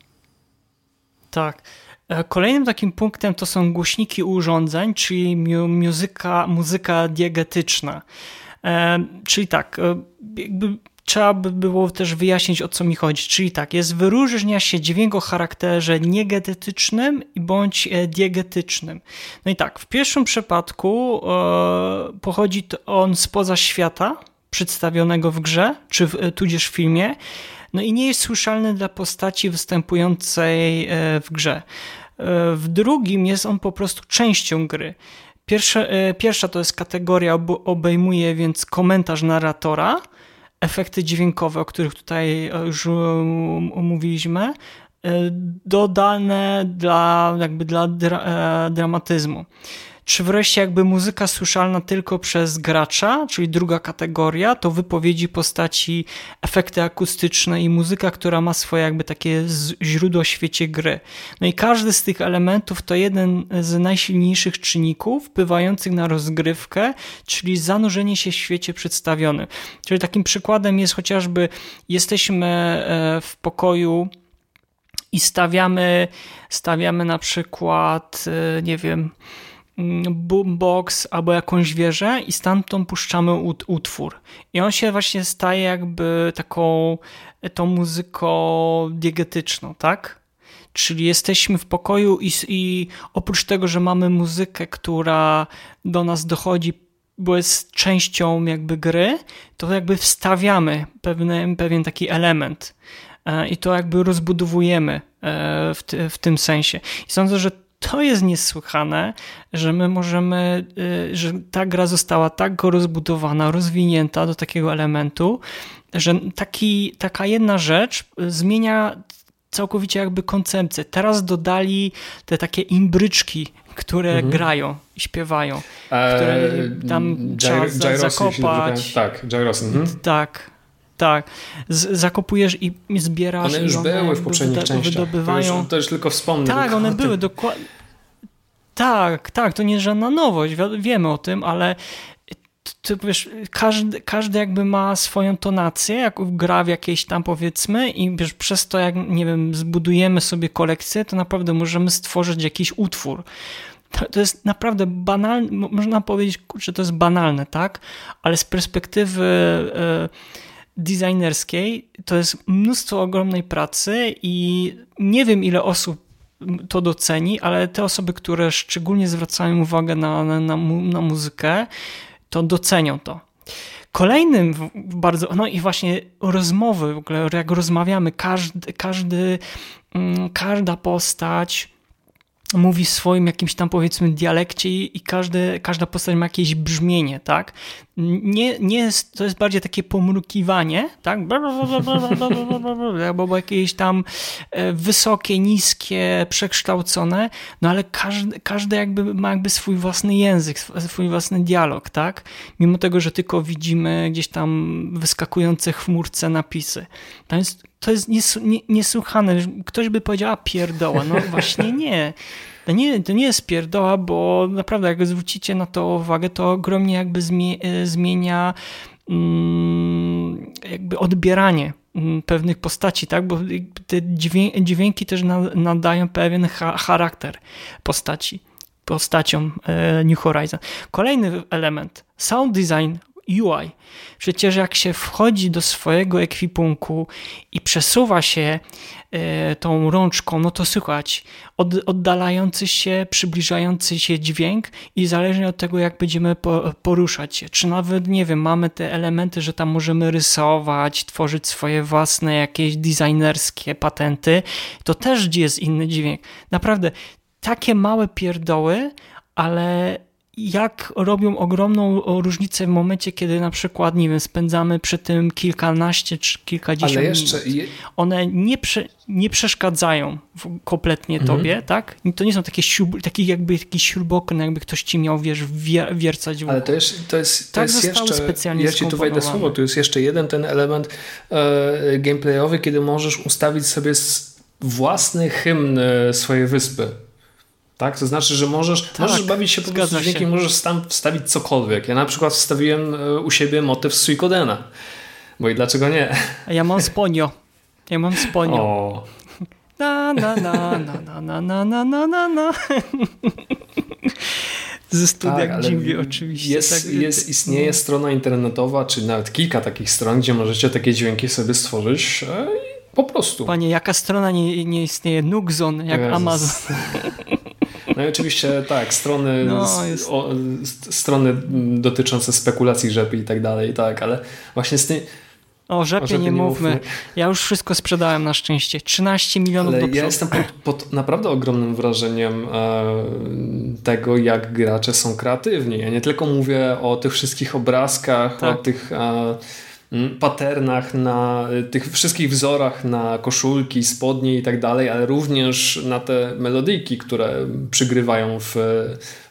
Tak. Kolejnym takim punktem to są głośniki urządzeń, czyli muzyka diegetyczna. Czyli tak, jakby trzeba by było też wyjaśnić, o co mi chodzi. Czyli tak, wyróżnia się dźwięk o charakterze niegetetycznym bądź diegetycznym. No i tak, w pierwszym przypadku pochodzi on spoza świata przedstawionego w grze, czy tudzież w filmie, no i nie jest słyszalny dla postaci występującej w grze. W drugim jest on po prostu częścią gry. Pierwsza to jest kategoria, obejmuje więc komentarz narratora, efekty dźwiękowe, o których tutaj już mówiliśmy, dodane dla dramatyzmu. czy wreszcie jakby muzyka słyszalna tylko przez gracza, czyli druga kategoria, to wypowiedzi postaci, efekty akustyczne i muzyka, która ma swoje jakby takie źródło w świecie gry. No i każdy z tych elementów to jeden z najsilniejszych czynników wpływających na rozgrywkę, czyli zanurzenie się w świecie przedstawionym. Czyli takim przykładem jest chociażby jesteśmy w pokoju i stawiamy na przykład, nie wiem, boombox albo jakąś wieżę i stamtąd puszczamy utwór. I on się właśnie staje jakby tą muzyką diegetyczną, tak? Czyli jesteśmy w pokoju i oprócz tego, że mamy muzykę, która do nas dochodzi, bo jest częścią jakby gry, to jakby wstawiamy pewien taki element i to jakby rozbudowujemy w tym sensie. I sądzę, że to jest niesłychane, że my możemy, że ta gra została tak rozbudowana, rozwinięta do takiego elementu, że taka jedna rzecz zmienia całkowicie jakby koncepcję. Teraz dodali te takie imbryczki, które grają i śpiewają, które tam trzeba zakopać. Tak, gyrosy. Tak. Zakopujesz i zbierasz. One już były w poprzednich częściach. Wydobywają. To już tylko wspomnę. Tak, one były dokładnie. Tak, to nie jest żadna nowość, wiemy o tym, ale ty wiesz, każdy jakby ma swoją tonację, jak gra w jakieś tam powiedzmy i wiesz, przez to jak, nie wiem, zbudujemy sobie kolekcję, to naprawdę możemy stworzyć jakiś utwór. To jest naprawdę banalne, można powiedzieć, że to jest banalne, tak? Ale z perspektywy designerskiej to jest mnóstwo ogromnej pracy i nie wiem ile osób to doceni, ale te osoby, które szczególnie zwracają uwagę na muzykę, to docenią to. Kolejnym bardzo, no i właśnie rozmowy, w ogóle jak rozmawiamy, każda postać mówi w swoim jakimś tam powiedzmy dialekcie i każda postać ma jakieś brzmienie, tak? Nie jest, to jest bardziej takie pomrukiwanie, tak? Albo jakieś tam wysokie, niskie, przekształcone, no ale każdy jakby ma jakby swój własny język, swój własny dialog, tak? Mimo tego, że tylko widzimy gdzieś tam wyskakujące w chmurce napisy. To jest niesłychane. Ktoś by powiedział, a pierdoła. No właśnie nie. To nie jest pierdoła, bo naprawdę jak zwrócicie na to uwagę, to ogromnie jakby zmienia jakby odbieranie pewnych postaci, tak? Bo te dźwięki też nadają pewien charakter postaciom New Horizon. Kolejny element, sound design UI. Przecież jak się wchodzi do swojego ekwipunku i przesuwa się tą rączką, no to słychać oddalający się, przybliżający się dźwięk i zależnie od tego, jak będziemy poruszać się. Czy nawet, nie wiem, mamy te elementy, że tam możemy rysować, tworzyć swoje własne jakieś designerskie patenty, to też jest inny dźwięk. Naprawdę, takie małe pierdoły, ale jak robią ogromną różnicę w momencie, kiedy na przykład, nie wiem, spędzamy przy tym kilkanaście czy kilkadziesiąt minut. One nie przeszkadzają kompletnie tobie, tak? To nie są takie jakby jakiś śrubokręt, jakby ktoś ci miał, wiesz, wiercać w ucho. Ale to jest jeszcze, specjalnie ja ci tu wejdę słowo, tu jest jeszcze jeden ten element gameplayowy, kiedy możesz ustawić sobie własny hymn swojej wyspy. Tak? To znaczy, że możesz bawić się po prostu dźwiękiem, możesz tam wstawić cokolwiek. Ja na przykład wstawiłem u siebie motyw z Suikodena. Bo i dlaczego nie? A ja mam Sponio. O. Na. Ze studia Ghibli oczywiście. Istnieje strona internetowa, czy nawet kilka takich stron, gdzie możecie takie dźwięki sobie stworzyć po prostu. Panie, jaka strona nie istnieje? Nukzon, jak Jezus. Amazon. No i oczywiście tak, strony dotyczące spekulacji rzepy i tak dalej, tak, ale właśnie z tym... O rzepie nie mówmy. Ja już wszystko sprzedałem na szczęście. 13 milionów do przodu. Ja jestem pod naprawdę ogromnym wrażeniem tego, jak gracze są kreatywni. Ja nie tylko mówię o tych wszystkich obrazkach, o tych patternach, na tych wszystkich wzorach na koszulki, spodnie i tak dalej, ale również na te melodyjki, które przygrywają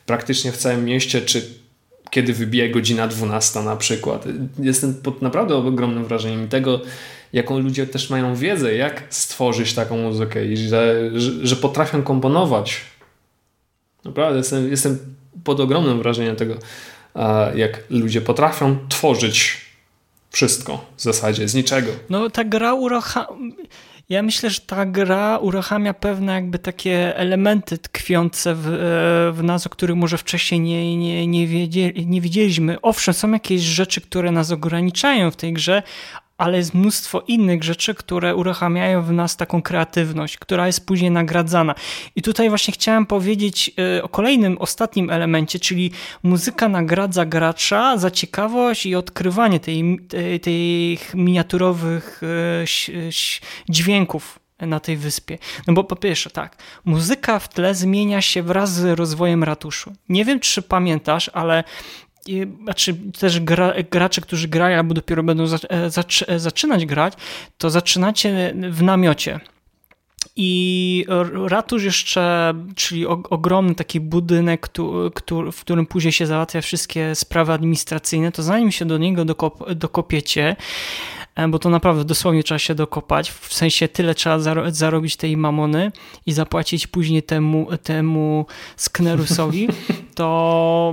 praktycznie w całym mieście, czy kiedy wybije godzina 12 na przykład. Jestem pod naprawdę ogromnym wrażeniem tego, jaką ludzie też mają wiedzę, jak stworzyć taką muzykę i że potrafią komponować. Naprawdę jestem pod ogromnym wrażeniem tego, jak ludzie potrafią tworzyć wszystko w zasadzie, z niczego. No ta gra ja myślę, że ta gra uruchamia pewne jakby takie elementy tkwiące w nas, o których może wcześniej nie wiedzieliśmy. Owszem, są jakieś rzeczy, które nas ograniczają w tej grze, ale jest mnóstwo innych rzeczy, które uruchamiają w nas taką kreatywność, która jest później nagradzana. I tutaj właśnie chciałem powiedzieć o kolejnym, ostatnim elemencie, czyli muzyka nagradza gracza za ciekawość i odkrywanie tych miniaturowych dźwięków na tej wyspie. No bo po pierwsze tak, muzyka w tle zmienia się wraz z rozwojem ratuszu. Nie wiem, czy pamiętasz, ale znaczy też gracze, którzy grają albo dopiero będą zaczynać grać, to zaczynacie w namiocie. I ratusz jeszcze, czyli ogromny taki budynek, w którym później się załatwia wszystkie sprawy administracyjne, to zanim się do niego dokopiecie, bo to naprawdę dosłownie trzeba się dokopać, w sensie tyle trzeba zarobić tej mamony i zapłacić później temu Sknerusowi, to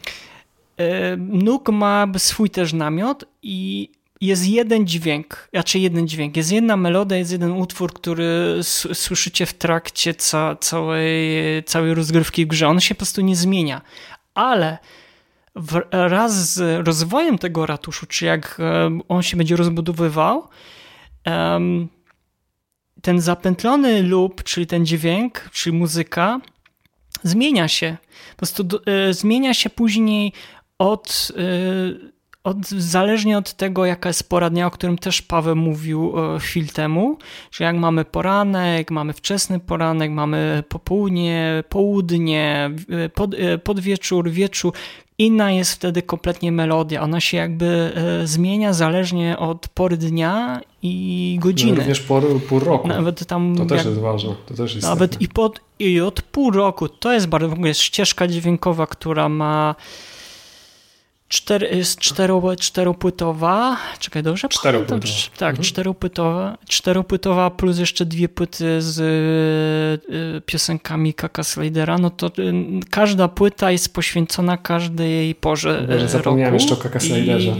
Nook ma swój też namiot i jest jeden dźwięk, jest jedna melodia, jest jeden utwór, który słyszycie w trakcie całej rozgrywki w grze. On się po prostu nie zmienia, ale wraz z rozwojem tego ratuszu, czy jak on się będzie rozbudowywał, ten zapętlony loop, czyli ten dźwięk, czyli muzyka, zmienia się. Po prostu zmienia się później zależnie od tego, jaka jest pora dnia, o którym też Paweł mówił chwilę temu, że jak mamy poranek, mamy wczesny poranek, mamy popołudnie, południe, podwieczór, wieczór, inna jest wtedy kompletnie melodia. Ona się jakby zmienia zależnie od pory dnia i godziny. No, również pół roku. Nawet tam to też jest ważne. To też jest nawet i od pół roku. To jest bardzo, w ogóle jest ścieżka dźwiękowa, która ma czteropłytowa. Czekaj, dobrze? Czteropłytowa. Tak, czteropłytowa plus jeszcze 2 płyty z piosenkami Kaka Slidera. No to każda płyta jest poświęcona każdej porze roku. Zapomniałem jeszcze o Kaka Sliderze.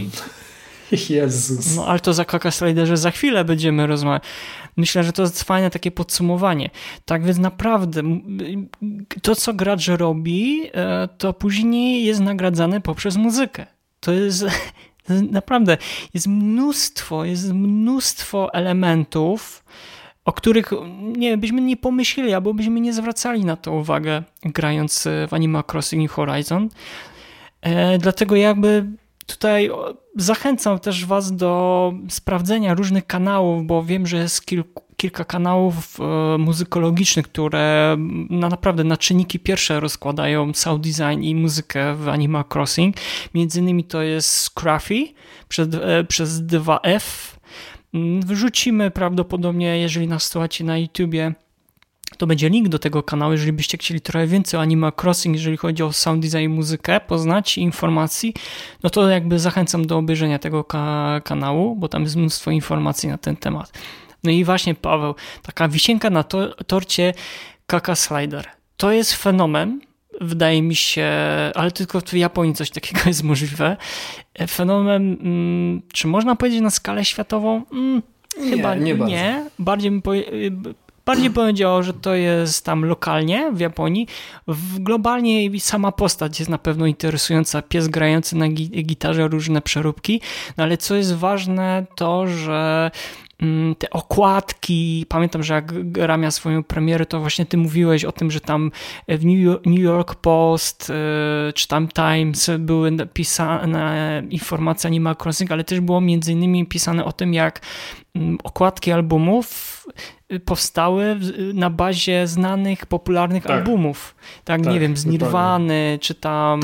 Jezus. No ale to za Kaka Sliderze za chwilę będziemy rozmawiać. Myślę, że to jest fajne takie podsumowanie. Tak więc naprawdę to, co gracz robi, to później jest nagradzane poprzez muzykę. To jest naprawdę, jest mnóstwo elementów, o których byśmy nie pomyśleli, albo byśmy nie zwracali na to uwagę, grając w Animal Crossing New Horizon. Dlatego jakby tutaj zachęcam też was do sprawdzenia różnych kanałów, bo wiem, że jest kilka kanałów muzykologicznych, które naprawdę na czynniki pierwsze rozkładają sound design i muzykę w Animal Crossing. Między innymi to jest Scruffy przez 2F. Wrzucimy prawdopodobnie, jeżeli nas słuchacie na YouTubie, to będzie link do tego kanału, jeżeli byście chcieli trochę więcej o Animal Crossing, jeżeli chodzi o sound design i muzykę, poznać informacji, no to jakby zachęcam do obejrzenia tego kanału, bo tam jest mnóstwo informacji na ten temat. No i właśnie, Paweł, taka wisienka na torcie Kaka Slider. To jest fenomen, wydaje mi się, ale tylko w Japonii coś takiego jest możliwe. Fenomen, czy można powiedzieć na skalę światową? Chyba nie. Bardziej powiedział, że to jest tam lokalnie w Japonii. Globalnie sama postać jest na pewno interesująca. Pies grający na gitarze, różne przeróbki. No ale co jest ważne, to że te okładki, pamiętam, że jak gra miała swoją premierę, to właśnie ty mówiłeś o tym, że tam w New York Post czy tam Times były pisane informacje Animal Crossing, ale też było między innymi pisane o tym, jak okładki albumów powstały na bazie znanych, popularnych albumów. Tak, nie wiem, z Nirvany, czy tam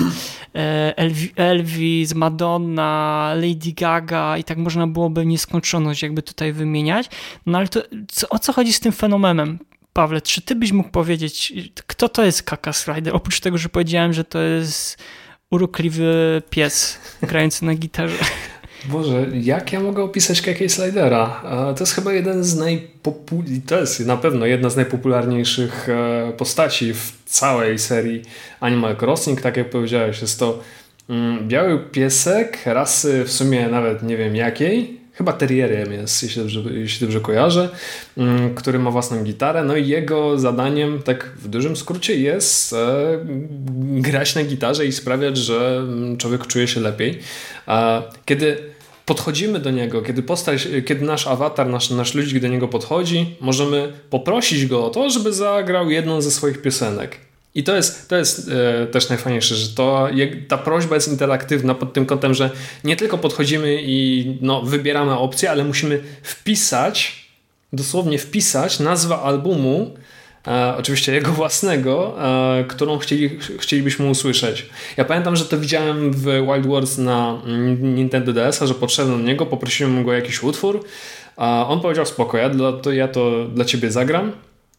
Elvis, Madonna, Lady Gaga i tak można byłoby nieskończoność jakby tutaj wymieniać. No ale to o co chodzi z tym fenomenem? Pawle, czy ty byś mógł powiedzieć, kto to jest Kaka Slider? Oprócz tego, że powiedziałem, że to jest urokliwy pies grający na gitarze. Boże, jak ja mogę opisać KK Slidera? To jest chyba to jest na pewno jedna z najpopularniejszych postaci w całej serii Animal Crossing. Tak jak powiedziałeś, jest to biały piesek rasy w sumie nawet nie wiem jakiej. Chyba terrierem jest, jeśli dobrze kojarzę, który ma własną gitarę. No i jego zadaniem, tak w dużym skrócie, jest grać na gitarze i sprawiać, że człowiek czuje się lepiej. Kiedy podchodzimy do niego, kiedy nasz awatar, nasz ludzik do niego podchodzi, możemy poprosić go o to, żeby zagrał jedną ze swoich piosenek. I to jest też najfajniejsze, że ta prośba jest interaktywna pod tym kątem, że nie tylko podchodzimy i wybieramy opcję, ale musimy dosłownie wpisać nazwę albumu, oczywiście jego własnego, którą chcielibyśmy usłyszeć. Ja pamiętam, że to widziałem w Wild Wars na Nintendo DS-a, że podszedłem do niego, poprosiłem go o jakiś utwór, a on powiedział: spoko, ja to dla ciebie zagram.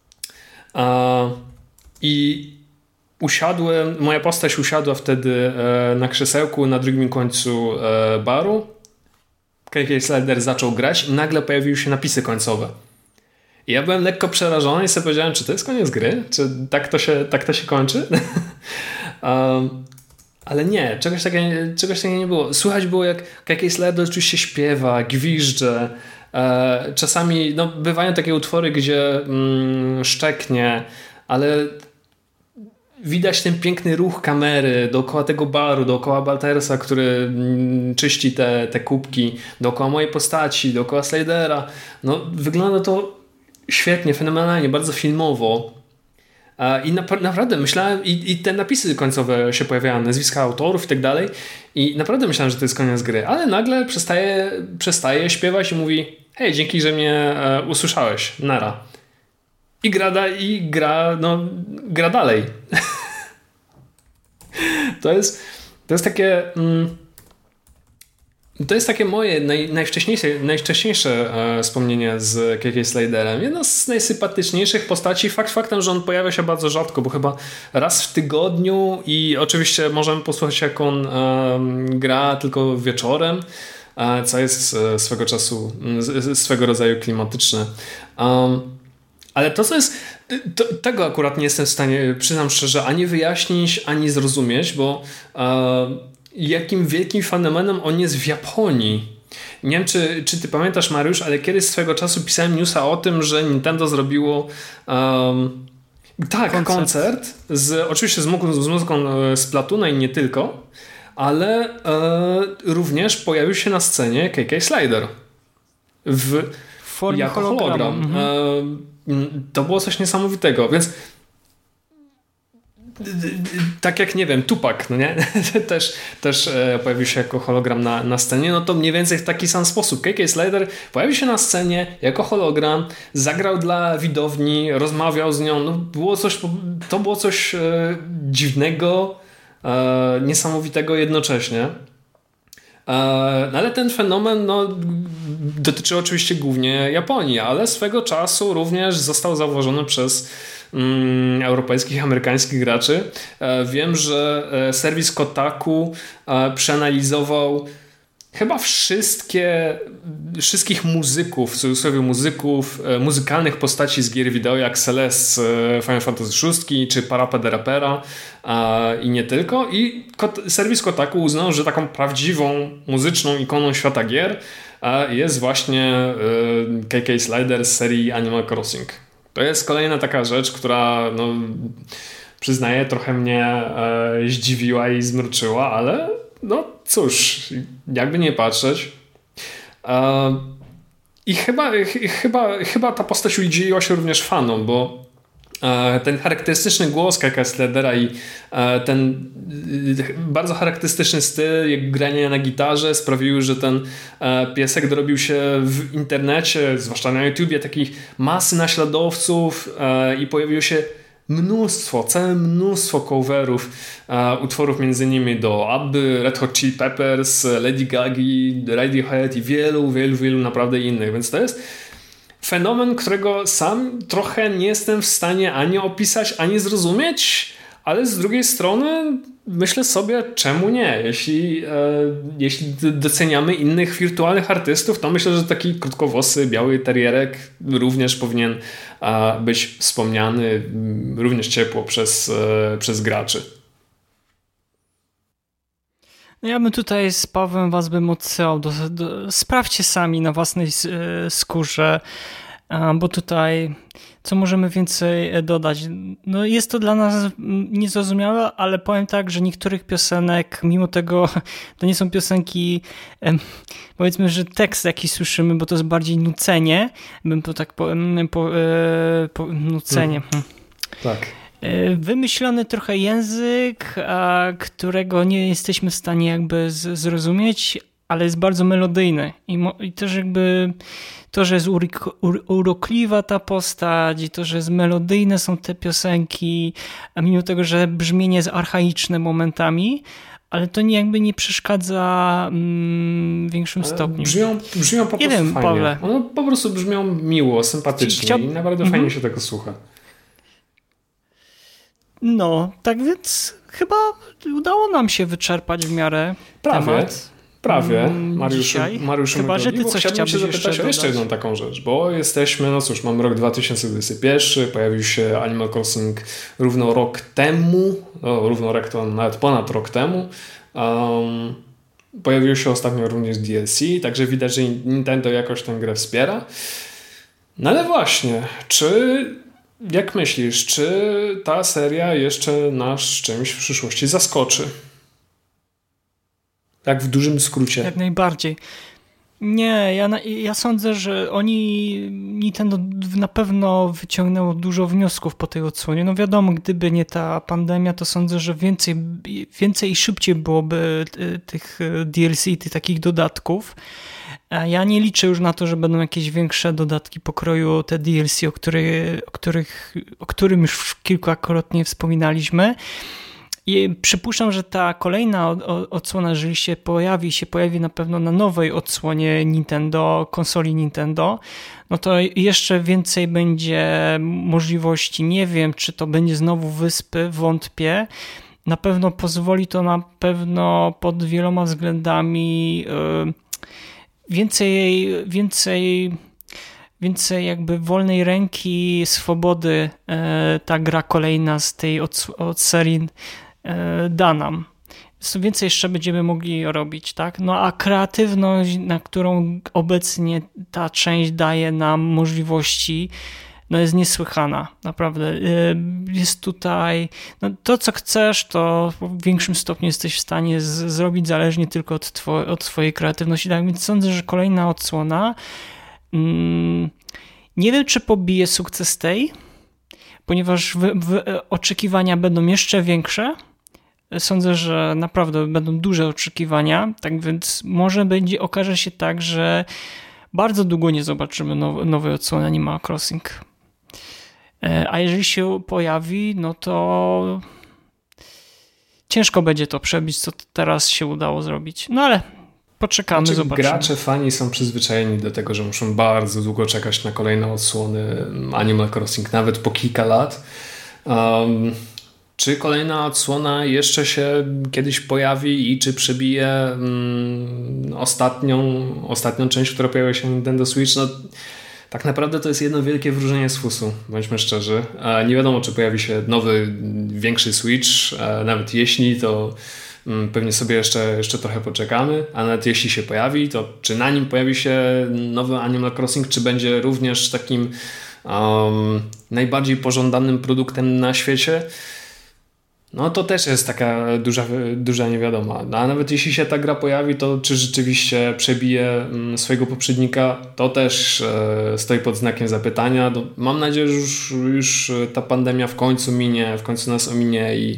I moja postać usiadła wtedy na krzesełku na drugim końcu baru. KK Slider zaczął grać i nagle pojawiły się napisy końcowe. I ja byłem lekko przerażony i sobie powiedziałem, czy to jest koniec gry? Czy tak to się kończy? Ale nie, czegoś takiego nie było. Słychać było, jak KK Slider oczywiście śpiewa, gwizdże. Czasami bywają takie utwory, gdzie szczeknie, ale widać ten piękny ruch kamery dookoła tego baru, dookoła Baltersa, który czyści te kubki, dookoła mojej postaci, dookoła Slidera. Wygląda to świetnie, fenomenalnie, bardzo filmowo. I naprawdę myślałem, i te napisy końcowe się pojawiają, nazwiska autorów i tak dalej, i naprawdę myślałem, że to jest koniec gry, ale nagle przestaje śpiewać i mówi: hej, dzięki, że mnie usłyszałeś, nara. I gra dalej. To jest takie... To jest takie moje najwcześniejsze wspomnienie z KK Sliderem. Jedno z najsympatyczniejszych postaci. Fakt faktem, że on pojawia się bardzo rzadko, bo chyba raz w tygodniu i oczywiście możemy posłuchać, jak on gra tylko wieczorem, co jest swego rodzaju klimatyczne. Ale to, co jest... Tego akurat nie jestem w stanie, przyznam szczerze, ani wyjaśnić, ani zrozumieć, bo jakim wielkim fenomenem on jest w Japonii. Nie wiem, czy ty pamiętasz, Mariusz, ale kiedyś swego czasu pisałem newsa o tym, że Nintendo zrobiło koncert oczywiście z muzyką Splatoona i nie tylko, ale również pojawił się na scenie KK Slider jako hologram. To było coś niesamowitego, więc tak jak, nie wiem, Tupac, nie? też pojawił się jako hologram na scenie, to mniej więcej w taki sam sposób. KK Slider pojawił się na scenie jako hologram, zagrał dla widowni, rozmawiał z nią. To było coś dziwnego, niesamowitego jednocześnie. Ale ten fenomen dotyczy oczywiście głównie Japonii, ale swego czasu również został zauważony przez europejskich, amerykańskich graczy. Wiem, że serwis Kotaku przeanalizował chyba wszystkich muzyków, w cudzysłowie muzykalnych postaci z gier wideo, jak Celeste z Final Fantasy VI, czy Parappa the Rapera i nie tylko. I serwis Kotaku uznał, że taką prawdziwą muzyczną ikoną świata gier jest właśnie KK Slider z serii Animal Crossing. To jest kolejna taka rzecz, która przyznaję, trochę mnie zdziwiła i zmroczyła, ale cóż, jakby nie patrzeć. I chyba ta postać udzieliła się również fanom, bo ten charakterystyczny głos KK Slidera i ten bardzo charakterystyczny styl grania na gitarze sprawiły, że ten piesek dorobił się w internecie, zwłaszcza na YouTubie, takich masy naśladowców i pojawiło się całe mnóstwo coverów utworów między innymi do Abby, Red Hot Chili Peppers, Lady Gagi, Radiohead i wielu naprawdę innych, więc to jest fenomen, którego sam trochę nie jestem w stanie ani opisać, ani zrozumieć, ale z drugiej strony myślę sobie, czemu nie? Jeśli doceniamy innych wirtualnych artystów, to myślę, że taki krótkowłosy, biały terierek również powinien być wspomniany również ciepło przez graczy. No ja bym tutaj z Pawłem was bym odsyłał, sprawdźcie sami na własnej skórze, bo tutaj co możemy więcej dodać? No jest to dla nas niezrozumiałe, ale powiem tak, że niektórych piosenek, mimo tego to nie są piosenki, powiedzmy, że tekst jaki słyszymy, bo to jest bardziej nucenie, bym to tak nucenie. Tak. Wymyślony trochę język, którego nie jesteśmy w stanie jakby zrozumieć, ale jest bardzo melodyjny i też jakby to, że jest urokliwa ta postać i to, że jest melodyjne są te piosenki, a mimo tego, że brzmienie jest archaiczne momentami, ale to nie przeszkadza w większym stopniu. Brzmią po prostu fajnie. Pawle. One po prostu brzmią miło, sympatycznie i naprawdę fajnie się tego słucha. No, tak więc chyba udało nam się wyczerpać w miarę temat. Prawie, Mariuszu. Chyba, że ty coś chciałbyś się zapytać o jeszcze jedną taką rzecz, bo jesteśmy, no cóż, mamy rok 2021, pojawił się Animal Crossing równo rok temu, równo rok to nawet ponad rok temu. Pojawił się ostatnio również DLC, także widać, że Nintendo jakoś tę grę wspiera. No ale właśnie, jak myślisz, czy ta seria jeszcze nas czymś w przyszłości zaskoczy? Tak w dużym skrócie. Jak najbardziej. Nie, ja sądzę, że Nintendo na pewno wyciągnęło dużo wniosków po tej odsłonie. No wiadomo, gdyby nie ta pandemia, to sądzę, że więcej i szybciej byłoby tych DLC, tych takich dodatków. Ja nie liczę już na to, że będą jakieś większe dodatki pokroju te DLC, o którym już kilkakrotnie wspominaliśmy. I przypuszczam, że ta kolejna odsłona, jeżeli się pojawi na pewno na nowej odsłonie Nintendo, konsoli Nintendo, no to jeszcze więcej będzie możliwości. Nie wiem, czy to będzie znowu wyspy, wątpię. Na pewno pozwoli to pod wieloma względami więcej jakby wolnej ręki, swobody ta gra kolejna z tej od serii da nam. Więcej jeszcze będziemy mogli robić, tak? No a kreatywność, na którą obecnie ta część daje nam możliwości, no jest niesłychana, naprawdę. Jest tutaj, no to co chcesz, to w większym stopniu jesteś w stanie zrobić zależnie tylko od twojej kreatywności. Tak więc sądzę, że kolejna odsłona nie wiem, czy pobije sukces tej, ponieważ oczekiwania będą jeszcze większe. Sądzę, że naprawdę będą duże oczekiwania, tak więc może okaże się tak, że bardzo długo nie zobaczymy nowej odsłony Animal Crossing. A jeżeli się pojawi, no to ciężko będzie to przebić, co teraz się udało zrobić. No ale poczekamy, zobaczymy. Gracze, fani są przyzwyczajeni do tego, że muszą bardzo długo czekać na kolejne odsłony Animal Crossing, nawet po kilka lat. Czy kolejna odsłona jeszcze się kiedyś pojawi i czy przebije ostatnią część, która pojawiła się na Nintendo Switch? No, tak naprawdę to jest jedno wielkie wróżenie z fusu, bądźmy szczerzy. Nie wiadomo, czy pojawi się nowy, większy Switch. Nawet jeśli, to pewnie sobie jeszcze trochę poczekamy. A nawet jeśli się pojawi, to czy na nim pojawi się nowy Animal Crossing, czy będzie również takim najbardziej pożądanym produktem na świecie? No to też jest taka duża niewiadoma. No, a nawet jeśli się ta gra pojawi, to czy rzeczywiście przebije swojego poprzednika, to też stoi pod znakiem zapytania. No, mam nadzieję, że już ta pandemia w końcu nas ominie i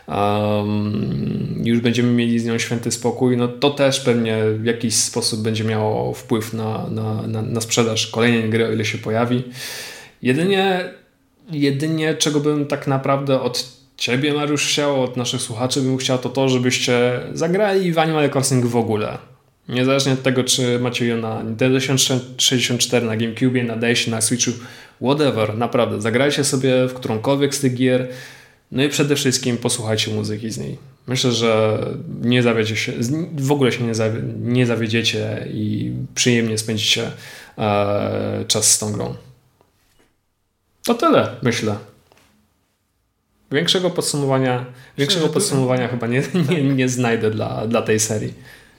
już będziemy mieli z nią święty spokój. No to też pewnie w jakiś sposób będzie miało wpływ na sprzedaż kolejnej gry, o ile się pojawi. Jedynie czego bym tak naprawdę od Ciebie, Mariusz, chciał, od naszych słuchaczy bym chciał to, żebyście zagrali w Animal Crossing w ogóle. Niezależnie od tego, czy macie ją na Nintendo 64, na GameCube, na DS, na Switchu, whatever, naprawdę. Zagrajcie sobie w którąkolwiek z tych gier, no i przede wszystkim posłuchajcie muzyki z niej. Myślę, że nie zawiedzie się, w ogóle się nie zawiedziecie i przyjemnie spędzicie czas z tą grą. To tyle, myślę. Większego podsumowania chyba nie znajdę dla tej serii.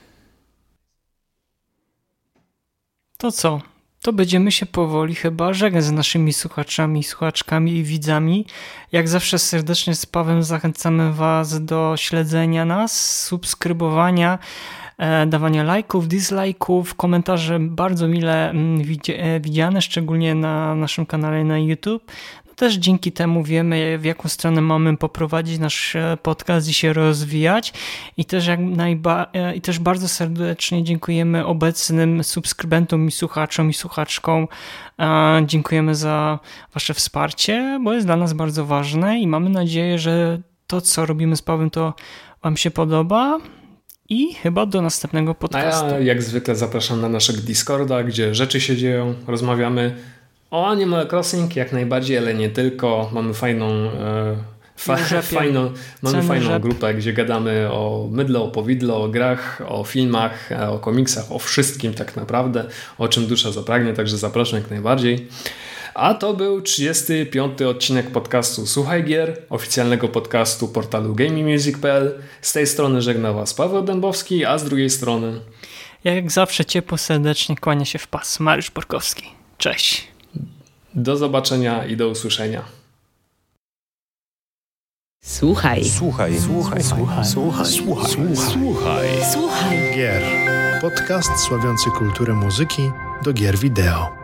To co? To będziemy się powoli chyba żegnać z naszymi słuchaczami, słuchaczkami i widzami. Jak zawsze serdecznie z Pawłem zachęcamy Was do śledzenia nas, subskrybowania, dawania lajków, dislajków, komentarze bardzo mile widziane, szczególnie na naszym kanale na YouTube. Też dzięki temu wiemy, w jaką stronę mamy poprowadzić nasz podcast i się rozwijać. I też bardzo serdecznie dziękujemy obecnym subskrybentom i słuchaczom i słuchaczkom. Dziękujemy za Wasze wsparcie, bo jest dla nas bardzo ważne i mamy nadzieję, że to, co robimy z Pawłem, to Wam się podoba. I chyba do następnego podcastu. A ja jak zwykle zapraszam na naszego Discorda, gdzie rzeczy się dzieją, rozmawiamy o Animal Crossing jak najbardziej, ale nie tylko. Mamy fajną grupę, gdzie gadamy o mydle, o powidle, o grach, o filmach, o komiksach, o wszystkim tak naprawdę, o czym dusza zapragnie, także zapraszam jak najbardziej. A to był 35. odcinek podcastu Słuchaj Gier, oficjalnego podcastu portalu GamingMusic.pl. Z tej strony żegna Was Paweł Dębowski, a z drugiej strony jak zawsze ciepło serdecznie kłania się w pas Mariusz Borkowski. Cześć. Do zobaczenia i do usłyszenia. Słuchaj Gier. Podcast sławiący kulturę muzyki do gier wideo.